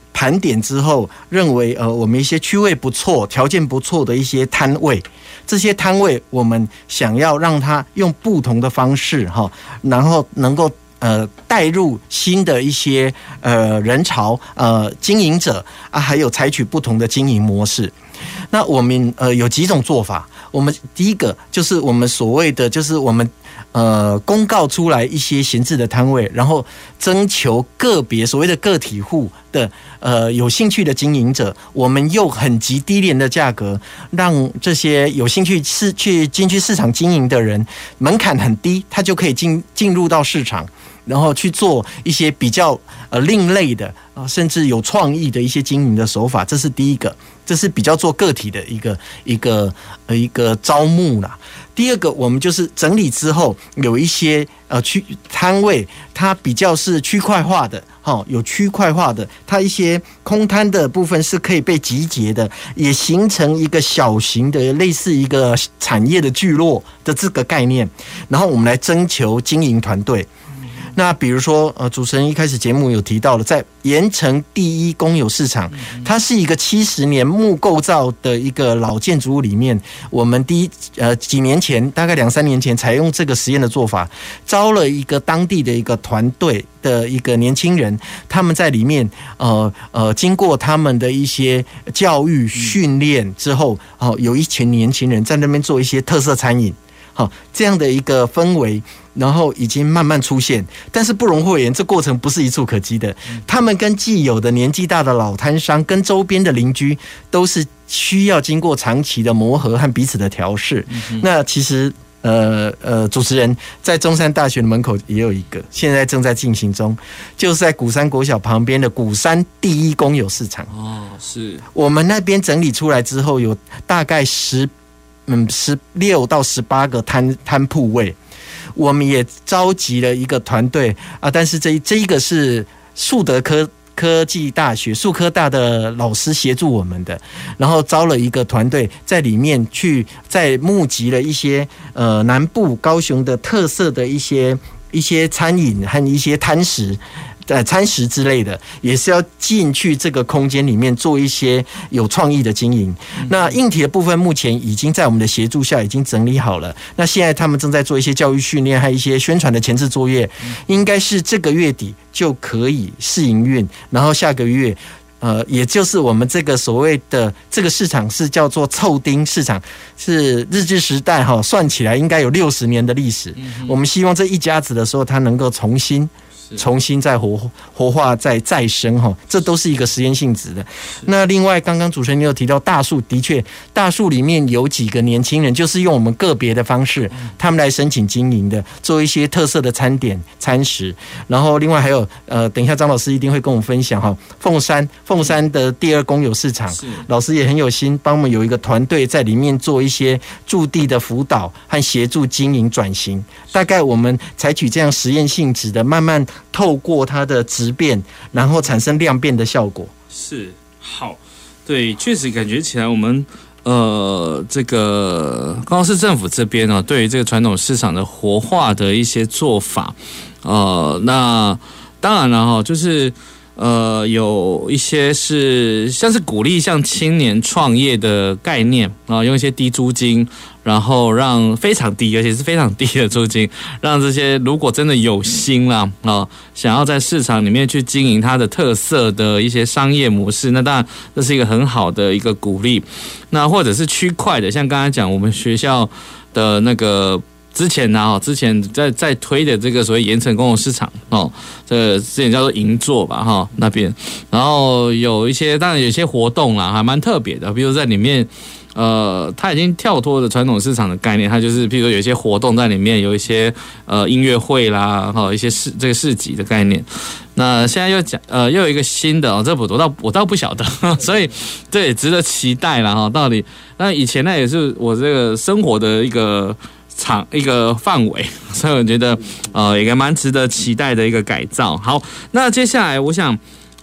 盘点之后，认为呃我们一些区位不错、条件不错的一些摊位，这些摊位我们想要让它用不同的方式哈，然后能够呃带入新的一些呃人潮呃经营者啊，还有采取不同的经营模式。那我们呃有几种做法，我们第一个就是我们所谓的就是我们。呃，公告出来一些闲置的摊位，然后征求个别所谓的个体户的呃有兴趣的经营者，我们用很极低廉的价格，让这些有兴趣市去进去市场经营的人，门槛很低，他就可以进进入到市场，然后去做一些比较呃另类的啊，甚至有创意的一些经营的手法，这是第一个，这是比较做个体的一个一个呃一个招募啦。第二个，我们就是整理之后有一些呃区摊位，它比较是区块化的，哈，有区块化的，它一些空摊的部分是可以被集结的，也形成一个小型的类似一个产业的聚落的这个概念，然后我们来征求经营团队。那比如说，呃，主持人一开始节目有提到了，在盐埕第一公有市场，它是一个七十年木构造的一个老建筑物里面，我们第一呃几年前，大概两三年前，采用这个实验的做法，招了一个当地的一个团队的一个年轻人，他们在里面呃呃经过他们的一些教育训练之后，哦，有一群年轻人在那边做一些特色餐饮。好，这样的一个氛围，然后已经慢慢出现，但是不容讳言，这过程不是一触可及的。他们跟既有的年纪大的老摊商，跟周边的邻居，都是需要经过长期的磨合和彼此的调试。嗯、那其实，呃呃，主持人在中山大学的门口也有一个，现在正在进行中，就是在鼓山国小旁边的鼓山第一公有市场。 哦，是我们那边整理出来之后，有大概十。嗯，十六到十八个摊摊铺位，我们也召集了一个团队啊，但是这这一个是树德科科技大学树科大的老师协助我们的，然后招了一个团队在里面去，在募集了一些呃南部高雄的特色的一些一些餐饮和一些摊食。呃，餐食之类的，也是要进去这个空间里面做一些有创意的经营。那硬体的部分目前已经在我们的协助下已经整理好了。那现在他们正在做一些教育训练，还有一些宣传的前置作业，应该是这个月底就可以试营运，然后下个月。呃，也就是我们这个所谓的这个市场是叫做凑丁市场，是日治时代哈，算起来应该有六十年的历史。我们希望这一家子的时候，它能够重新。重新再活活化再再生哈，这都是一个实验性质的。那另外，刚刚主持人有提到大树，的确，大树里面有几个年轻人，就是用我们个别的方式，他们来申请经营的，做一些特色的餐点、餐食。然后另外还有呃，等一下张老师一定会跟我们分享哈，凤山凤山的第二公有市场，老师也很有心，帮我们有一个团队在里面做一些驻地的辅导和协助经营转型。大概我们采取这样实验性质的，慢慢。透过它的质变，然后产生量变的效果。 是好，对，确实感觉起来我们呃，这个高雄市政府这边呢，对于这个传统市场的活化的一些做法，呃，那当然了哈，就是呃，有一些是像是鼓励像青年创业的概念啊，用一些低租金。然后让非常低，而且是非常低的租金，让这些如果真的有心啦啊，想要在市场里面去经营它的特色的一些商业模式，那当然这是一个很好的一个鼓励。那或者是区块的，像刚才讲我们学校的那个。之前呢、啊，之前在在推的这个所谓盐埕公有市场哦，这个之前叫做银座吧哈那边，然后有一些当然有一些活动啦，还蛮特别的，比如在里面。呃，它已经跳脱了传统市场的概念，它就是譬如说有一些活动在里面，有一些呃音乐会啦，哈，一些市这个市集的概念。那现在又讲呃又有一个新的哦，这我倒我倒不晓得，所以这也值得期待啦哈。到底那以前那也是我这个生活的一个场一个范围，所以我觉得呃也蛮值得期待的一个改造。好，那接下来我想。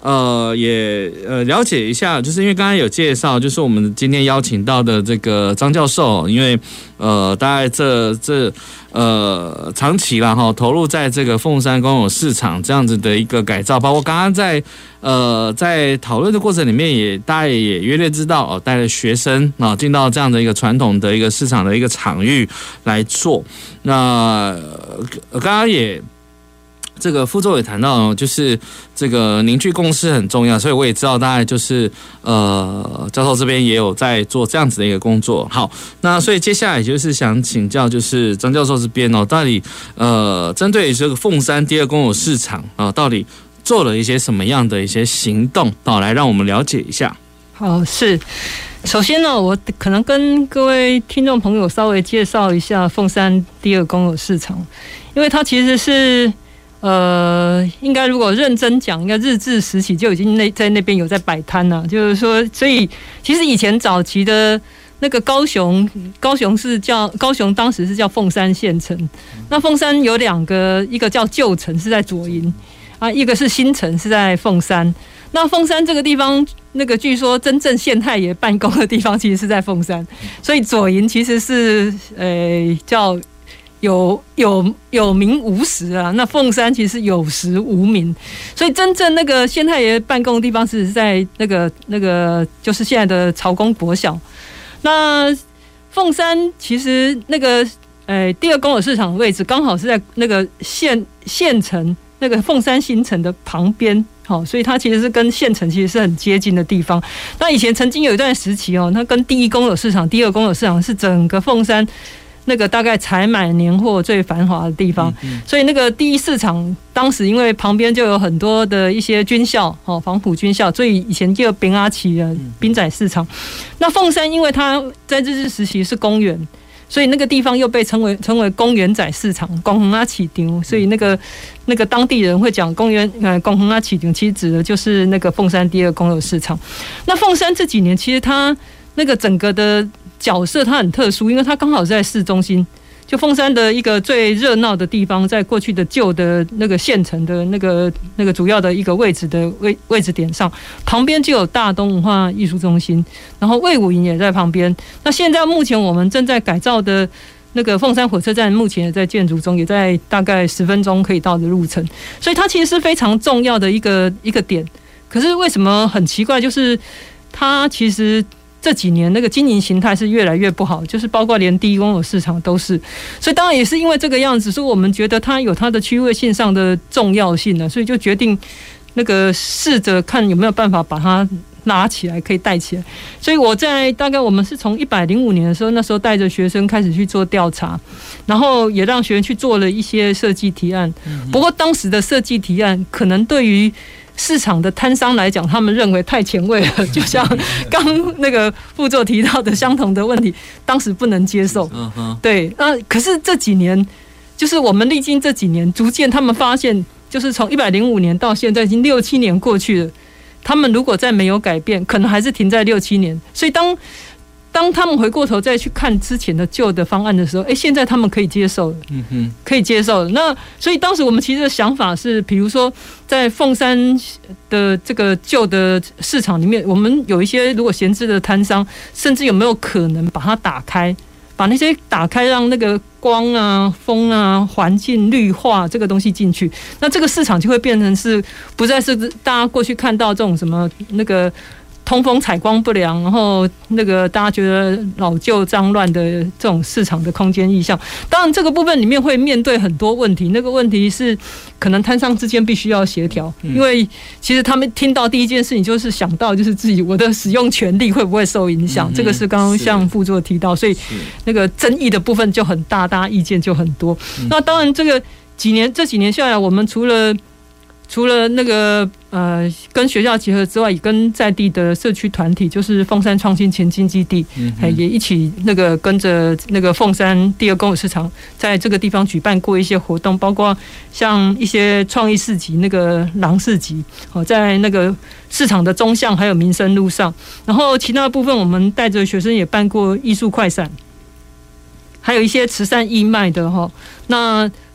呃也呃了解一下，就是因为刚才有介绍，就是我们今天邀请到的这个张教授，因为呃大概这这呃长期啦哈投入在这个凤山公有市场这样子的一个改造，包括刚刚在呃在讨论的过程里面也大家也约略知道哦，带着学生啊进到这样的一个传统的一个市场的一个场域来做。那刚刚也。这个副座也谈到，就是这个凝聚共识很重要，所以我也知道大概就是呃教授这边也有在做这样子的一个工作。好，那所以接下来就是想请教，就是张教授这边哦，到底呃针对这个凤山第二公有市场啊、呃，到底做了一些什么样的一些行动啊、哦，来让我们了解一下。 好，是。首先呢，我可能跟各位听众朋友稍微介绍一下凤山第二公有市场，因为它其实是。呃，应该如果认真讲，应该日治时期就已经那在那边有在摆摊了。就是说，所以其实以前早期的那个高雄，高雄是叫高雄，当时是叫凤山县城。那凤山有两个，一个叫旧城是在左营啊，一个是新城是在凤山。那凤山这个地方，那个据说真正县太爷办公的地方其实是在凤山，所以左营其实是呃叫。有有有名无实啊，那凤山其实有实无名，所以真正那个县太爷办公的地方是在那个那个就是现在的曹公国小。那凤山其实那个呃第二公有市场的位置刚好是在那个县县城那个凤山新城的旁边，好，所以它其实是跟县城其实是很接近的地方。那以前曾经有一段时期哦，它跟第一公有市场、第二公有市场是整个凤山。那个大概采买年货最繁华的地方，所以那个第一市场当时因为旁边就有很多的一些军校，哦，黄埔军校，所以以前叫兵阿奇的兵仔市场。那凤山因为它在日治时期是公园，所以那个地方又被称为称为公园仔市场，公园阿起场，所以那个那个当地人会讲公园呃公园阿起场，其实指的就是那个凤山第二公有市场。那凤山这几年其实它那个整个的。角色它很特殊，因为它刚好在市中心，就凤山的一个最热闹的地方，在过去的旧的那个县城的那个那个主要的一个位置的位位置点上，旁边就有大东文化艺术中心，然后卫武营也在旁边。那现在目前我们正在改造的那个凤山火车站，目前也在建筑中，也在大概十分钟可以到的路程，所以它其实是非常重要的一个一个点。可是为什么很奇怪，就是它其实。这几年那个经营形态是越来越不好，就是包括连第一公有市场都是，所以当然也是因为这个样子，所以我们觉得它有它的区位性上的重要性了，所以就决定那个试着看有没有办法把它拉起来，可以带起来。所以我在大概我们是从一百零五年的时候，那时候带着学生开始去做调查，然后也让学生去做了一些设计提案。不过当时的设计提案可能对于市场的摊商来讲，他们认为太前卫了，就像刚那个副座提到的相同的问题，当时不能接受。对，那可是这几年，就是我们历经这几年，逐渐他们发现，就是从一百零五年到现在，已经六七年过去了，他们如果再没有改变，可能还是停在六七年。所以当当他们回过头再去看之前的旧的方案的时候，哎，现在他们可以接受了，嗯哼，可以接受了。那所以当时我们其实的想法是，比如说在凤山的这个旧的市场里面，我们有一些如果闲置的摊商，甚至有没有可能把它打开，把那些打开，让那个光啊、风啊、环境绿化这个东西进去，那这个市场就会变成是不再是大家过去看到这种什么那个。通风采光不良，然后那个大家觉得老旧脏乱的这种市场的空间意象，当然这个部分里面会面对很多问题。那个问题是可能摊商之间必须要协调，因为其实他们听到第一件事情就是想到就是自己我的使用权利会不会受影响，这个是刚刚像副座提到，所以那个争议的部分就很大，大家意见就很多。那当然这个几年这几年下来，我们除了除了那个呃跟学校结合之外，也跟在地的社区团体，就是凤山创新前进基地，嗯、也一起那个跟着那个凤山第二公有市场，在这个地方举办过一些活动，包括像一些创意市集，那个狼市集，哦，在那个市场的中巷还有民生路上，然后其他的部分我们带着学生也办过艺术快闪，还有一些慈善义卖的哈，那。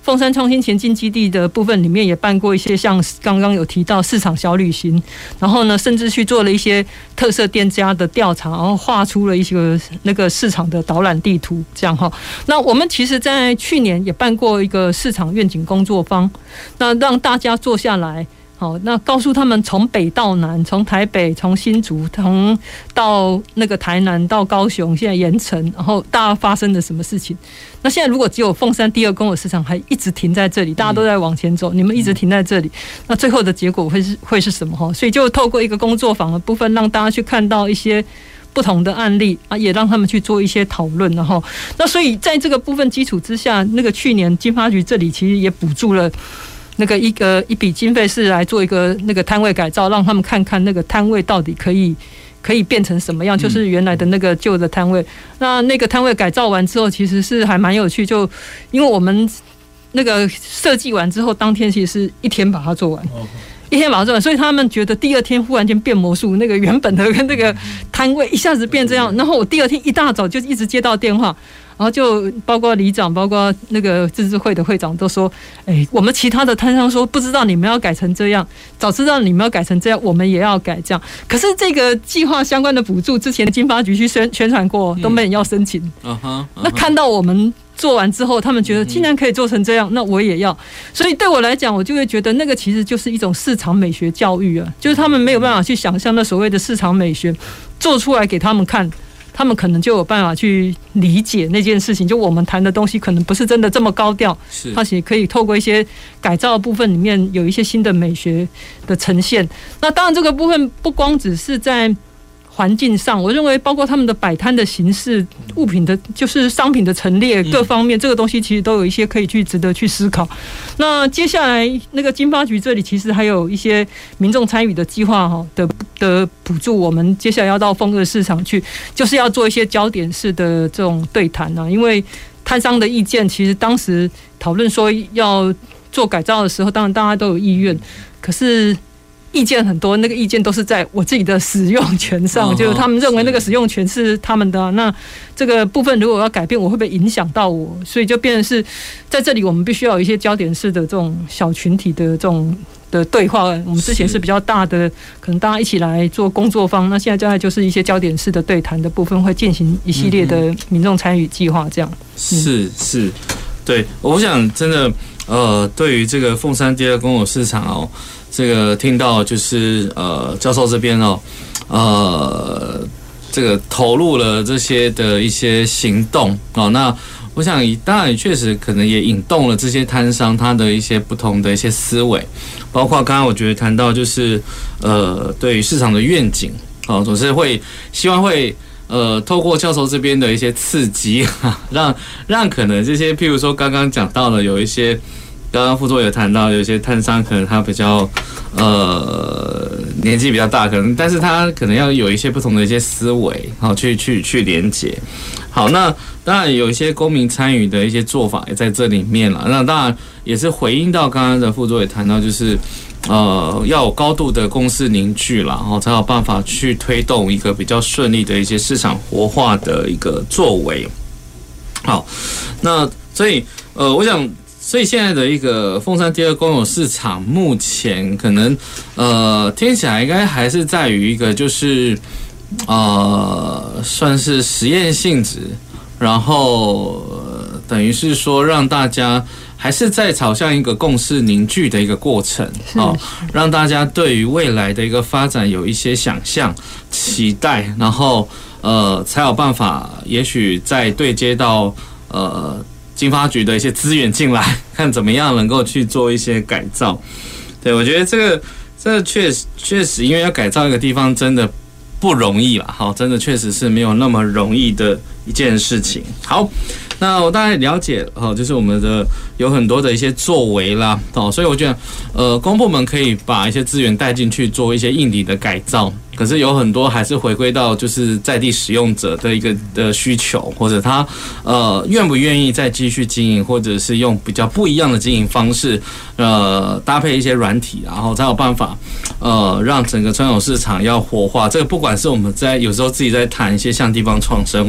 凤山创新前进基地的部分里面也办过一些像刚刚有提到市场小旅行，然后呢，甚至去做了一些特色店家的调查，然后画出了一个那个市场的导览地图，这样哈。那我们其实在去年也办过一个市场愿景工作坊，那让大家坐下来。好，那告诉他们从北到南，从台北、从新竹、从到那个台南到高雄，现在盐城，然后大家发生了什么事情？那现在如果只有凤山第二公有市场还一直停在这里，大家都在往前走，你们一直停在这里，那最后的结果会是会是什么？哈，所以就透过一个工作坊的部分，让大家去看到一些不同的案例啊，也让他们去做一些讨论，然后那所以在这个部分基础之下，那个去年经发局这里其实也补助了。那个一个一笔经费是来做一个那个摊位改造，让他们看看那个摊位到底可以可以变成什么样，就是原来的那个旧的摊位。那那个摊位改造完之后，其实是还蛮有趣，就因为我们那个设计完之后，当天其实是一天把它做完。一天把它做完，所以他们觉得第二天忽然间变魔术，那个原本的跟那个摊位一下子变这样。然后我第二天一大早就一直接到电话，然后就包括里长、包括那个自治会的会长都说：“哎，我们其他的摊商说不知道你们要改成这样，早知道你们要改成这样，我们也要改这样。可是这个计划相关的补助，之前经发局去宣宣传过，都没人要申请。嗯嗯、那看到我们。”做完之后，他们觉得竟然可以做成这样，那我也要。所以对我来讲，我就会觉得那个其实就是一种市场美学教育啊，就是他们没有办法去想象那所谓的市场美学，做出来给他们看，他们可能就有办法去理解那件事情。就我们谈的东西可能不是真的这么高调，它也可以透过一些改造的部分里面有一些新的美学的呈现。那当然，这个部分不光只是在环境上，我认为包括他们的摆摊的形式、物品的，就是商品的陈列各方面，这个东西其实都有一些可以去值得去思考。那接下来那个经发局这里其实还有一些民众参与的计划哈的的补助，我们接下来要到丰乐市场去，就是要做一些焦点式的这种对谈啊，因为摊商的意见其实当时讨论说要做改造的时候，当然大家都有意愿，可是。意见很多，那个意见都是在我自己的使用权上，哦、就是他们认为那个使用权是他们的、啊。那这个部分如果要改变，我会不会影响到我？所以就变成是在这里，我们必须要有一些焦点式的这种小群体的这种的对话。我们之前是比较大的，可能大家一起来做工作坊。那现在将来就是一些焦点式的对谈的部分，会进行一系列的民众参与计划，这样。嗯、 是是，对，我想真的，呃，对于这个凤山第二公有市场哦。这个听到就是呃教授这边哦，呃这个投入了这些的一些行动哦，那我想当然确实可能也引动了这些摊商他的一些不同的一些思维，包括刚刚我觉得谈到就是呃对于市场的愿景哦，总是会希望会呃透过教授这边的一些刺激，让让可能这些譬如说刚刚讲到了有一些。刚刚副座有谈到，有一些摊商可能他比较呃年纪比较大，可能但是他可能要有一些不同的一些思维，好去去去连结。好，那当然有一些公民参与的一些做法也在这里面了。那当然也是回应到刚刚的副座也谈到，就是呃要有高度的共识凝聚啦，然后才有办法去推动一个比较顺利的一些市场活化的一个作为。好，那所以呃我想。所以现在的一个凤山第二公有市场，目前可能呃听起来应该还是在于一个就是呃算是实验性质，然后、呃、等于是说让大家还是在朝向一个共识凝聚的一个过程哦，让大家对于未来的一个发展有一些想象、期待，然后呃才有办法，也许再对接到呃。经发局的一些资源进来，看怎么样能够去做一些改造。对，我觉得这个这个确实确实，因为要改造一个地方真的不容易啦，好，真的确实是没有那么容易的一件事情。好，那我大概了解哦，就是我们的有很多的一些作为啦，哦，所以我觉得呃，公部门可以把一些资源带进去做一些硬体的改造。可是有很多还是回归到就是在地使用者的一个的需求，或者他呃愿不愿意再继续经营，或者是用比较不一样的经营方式，呃搭配一些软体，然后才有办法呃让整个传统市场要活化。这个不管是我们在有时候自己在谈一些像地方创生，或者是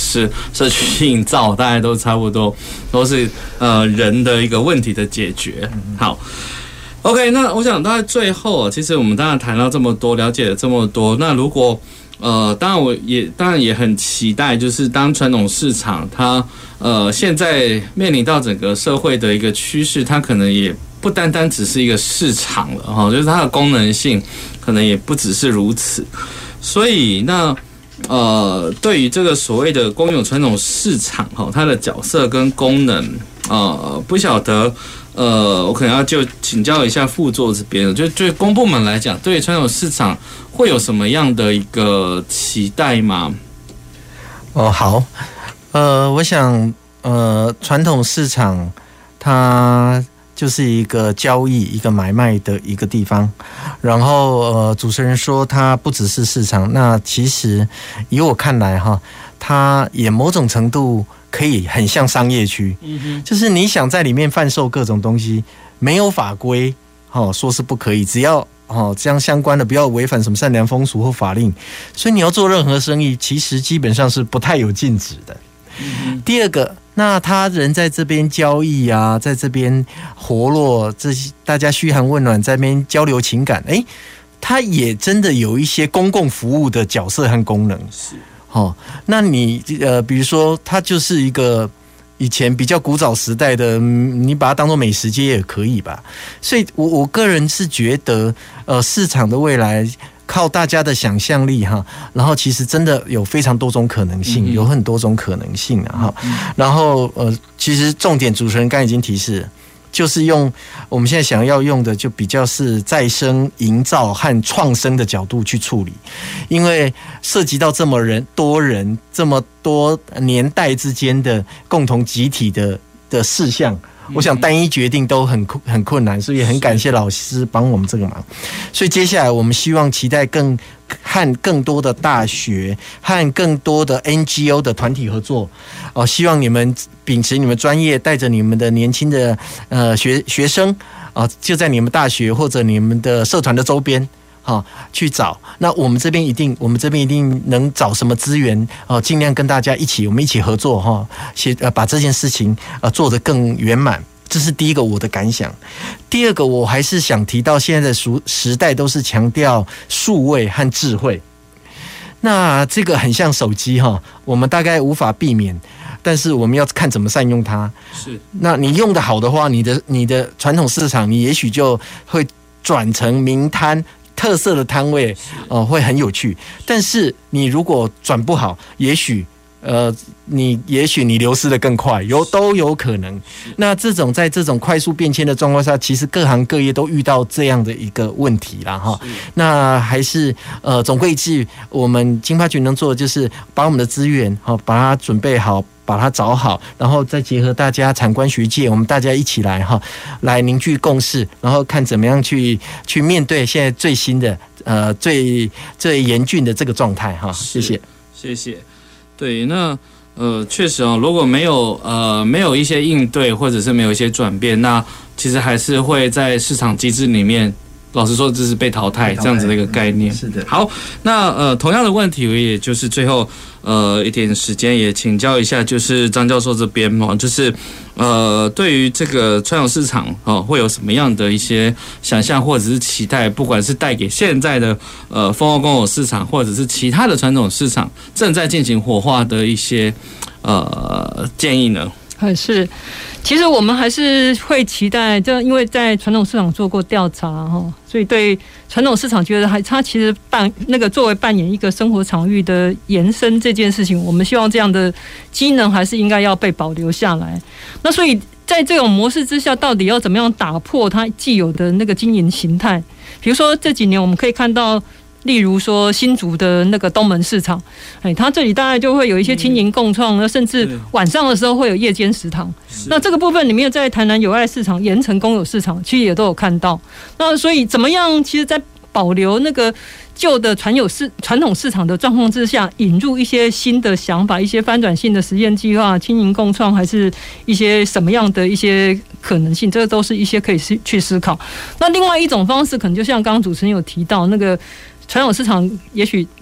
是社区营造，大概都差不多都是呃人的一个问题的解决。好。OK， 那我想大概最后啊，其实我们当然谈到这么多，了解了这么多。那如果呃，当然我也当然也很期待，就是当传统市场它呃现在面临到整个社会的一个趋势，它可能也不单单只是一个市场了哈，就是它的功能性可能也不只是如此。所以那呃，对于这个所谓的公有传统市场哈，它的角色跟功能，呃，不晓得。呃，我可能要就请教一下副座这边，就对公部门来讲，对传统市场会有什么样的一个期待吗？ 哦，好，呃，我想，呃，传统市场它就是一个交易、一个买卖的一个地方。然后，呃，主持人说它不只是市场，那其实以我看来哈，它也某种程度。可以很像商业区，就是你想在里面贩售各种东西，没有法规，哦，说是不可以，只要哦这样相关的不要违反什么善良风俗或法令，所以你要做任何生意，其实基本上是不太有禁止的。第二个，那他人在这边交易啊，在这边活络，这大家嘘寒问暖，在这边交流情感，哎，他也真的有一些公共服务的角色和功能。是。哦，那你呃，比如说，它就是一个以前比较古早时代的，你把它当作美食街也可以吧。所以我，我我个人是觉得，呃，市场的未来靠大家的想象力哈，然后其实真的有非常多种可能性，有很多种可能性啊哈。然后呃，其实重点主持人刚才已经提示了。就是用我们现在想要用的，就比较是再生、营造和创生的角度去处理，因为涉及到这么人多人、这么多年代之间的共同集体的的事项，我想单一决定都很很困难，所以很感谢老师帮我们这个忙。所以接下来我们希望期待更和更多的大学和更多的 N G O 的团体合作，哦，希望你们秉持你们专业，带着你们的年轻的呃学学生啊，就在你们大学或者你们的社团的周边。好，去找。那我们这边一定，我们这边一定能找什么资源哦，尽量跟大家一起，我们一起合作哈，协呃把这件事情呃做得更圆满。这是第一个我的感想。第二个，我还是想提到，现在的时时代都是强调数位和智慧。那这个很像手机哈，我们大概无法避免，但是我们要看怎么善用它。是，那你用得好的话，你的你的传统市场，你也许就会转成名摊。特色的摊位哦、呃，会很有趣。但是你如果转不好，也许呃，你也许你流失的更快，有都有可能。那这种在这种快速变迁的状况下，其实各行各业都遇到这样的一个问题啦哈。那还是呃，总归一句，我们经发局能做的就是把我们的资源哈、哦，把它准备好。把它找好，然后再结合大家产官学界，我们大家一起来哈，来凝聚共识，然后看怎么样去去面对现在最新的呃最最严峻的这个状态哈。谢谢， 谢谢。对，那呃确实哦，如果没有呃没有一些应对，或者是没有一些转变，那其实还是会在市场机制里面。老实说，这是被淘汰这样子的一个概念。是的。好，那呃，同样的问题，我也就是最后呃一点时间也请教一下，就是张教授这边哦，就是呃，对于这个传统市场哦，会有什么样的一些想象或者是期待？不管是带给现在的呃蜂窝公有市场，或者是其他的传统市场正在进行活化的一些呃建议呢？ 还是，其实我们还是会期待，就因为在传统市场做过调查哈，所以对传统市场觉得还它其实扮那个作为扮演一个生活场域的延伸这件事情，我们希望这样的机能还是应该要被保留下来。那所以在这种模式之下，到底要怎么样打破它既有的那个经营形态？比如说这几年我们可以看到。例如说新竹的那个东门市场，哎，它这里大概就会有一些青银共创，那甚至晚上的时候会有夜间食堂。那这个部分里面，在台南友爱市场、盐城公有市场，其实也都有看到。那所以怎么样？其实，在保留那个旧的传有市传统市场的状况之下，引入一些新的想法，一些翻转性的实验计划，青银共创，还是一些什么样的一些可能性？这个都是一些可以去思考。那另外一种方式，可能就像刚刚主持人有提到那个。传统市场也许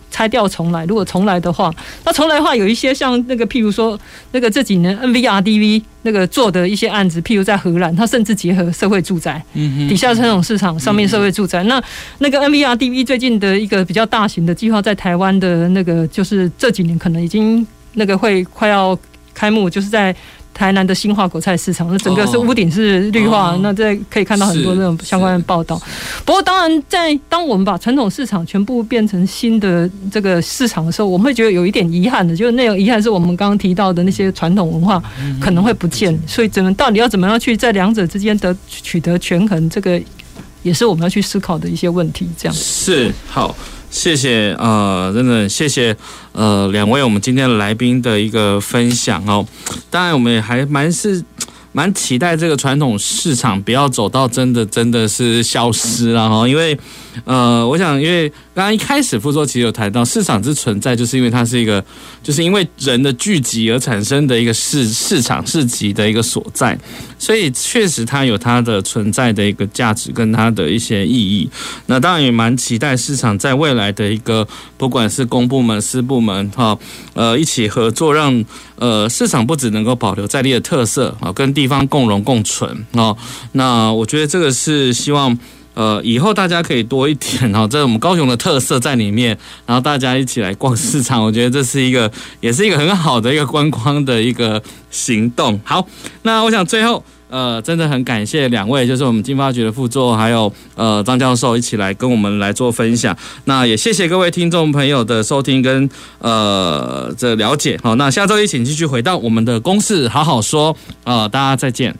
拆掉重来。如果重来的话，那重来的话有一些像那个，譬如说那个这几年 N V R D V 那个做的一些案子，譬如在荷兰，它甚至结合社会住宅，嗯、底下传统市场上面社会住宅。嗯、那那个 N V R D V 最近的一个比较大型的计划，在台湾的那个就是这几年可能已经那个会快要开幕，就是在台南的新化果菜市场，那整个是屋顶是绿化，哦、那这可以看到很多那种相关的报道。不过，当然在当我们把传统市场全部变成新的这个市场的时候，我们会觉得有一点遗憾的，就是那种遗憾是我们刚刚提到的那些传统文化可能会不见，嗯、所以怎么到底要怎么样去在两者之间得取得权衡，这个也是我们要去思考的一些问题。这样是好。谢谢，呃，真的谢谢，呃，两位我们今天的来宾的一个分享哦。当然，我们也还蛮是蛮期待这个传统市场不要走到真的真的是消失了哈，因为呃，我想，因为刚刚一开始副座其实有谈到，市场之存在，就是因为它是一个，就是因为人的聚集而产生的一个市市场市集的一个所在，所以确实它有它的存在的一个价值跟它的一些意义。那当然也蛮期待市场在未来的一个，不管是公部门、私部门哈，呃，一起合作，让呃市场不只能够保留在地的特色啊，跟地方共荣共存啊。那我觉得这个是希望。呃，以后大家可以多一点哦，这我们高雄的特色在里面，然后大家一起来逛市场，我觉得这是一个，也是一个很好的一个观光的一个行动。好，那我想最后，呃，真的很感谢两位，就是我们经发局的副座，还有呃张教授一起来跟我们来做分享。那也谢谢各位听众朋友的收听跟呃这了解。好，那下周一请继续回到我们的公事好好说，呃，大家再见。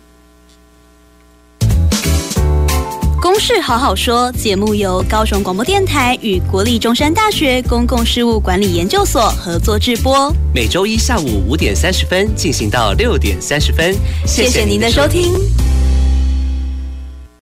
公事好好说节目由高雄广播电台与国立中山大学公共事务管理研究所合作制播， 每周一下午五点三十分进行到六点三十分。 谢谢您的收听。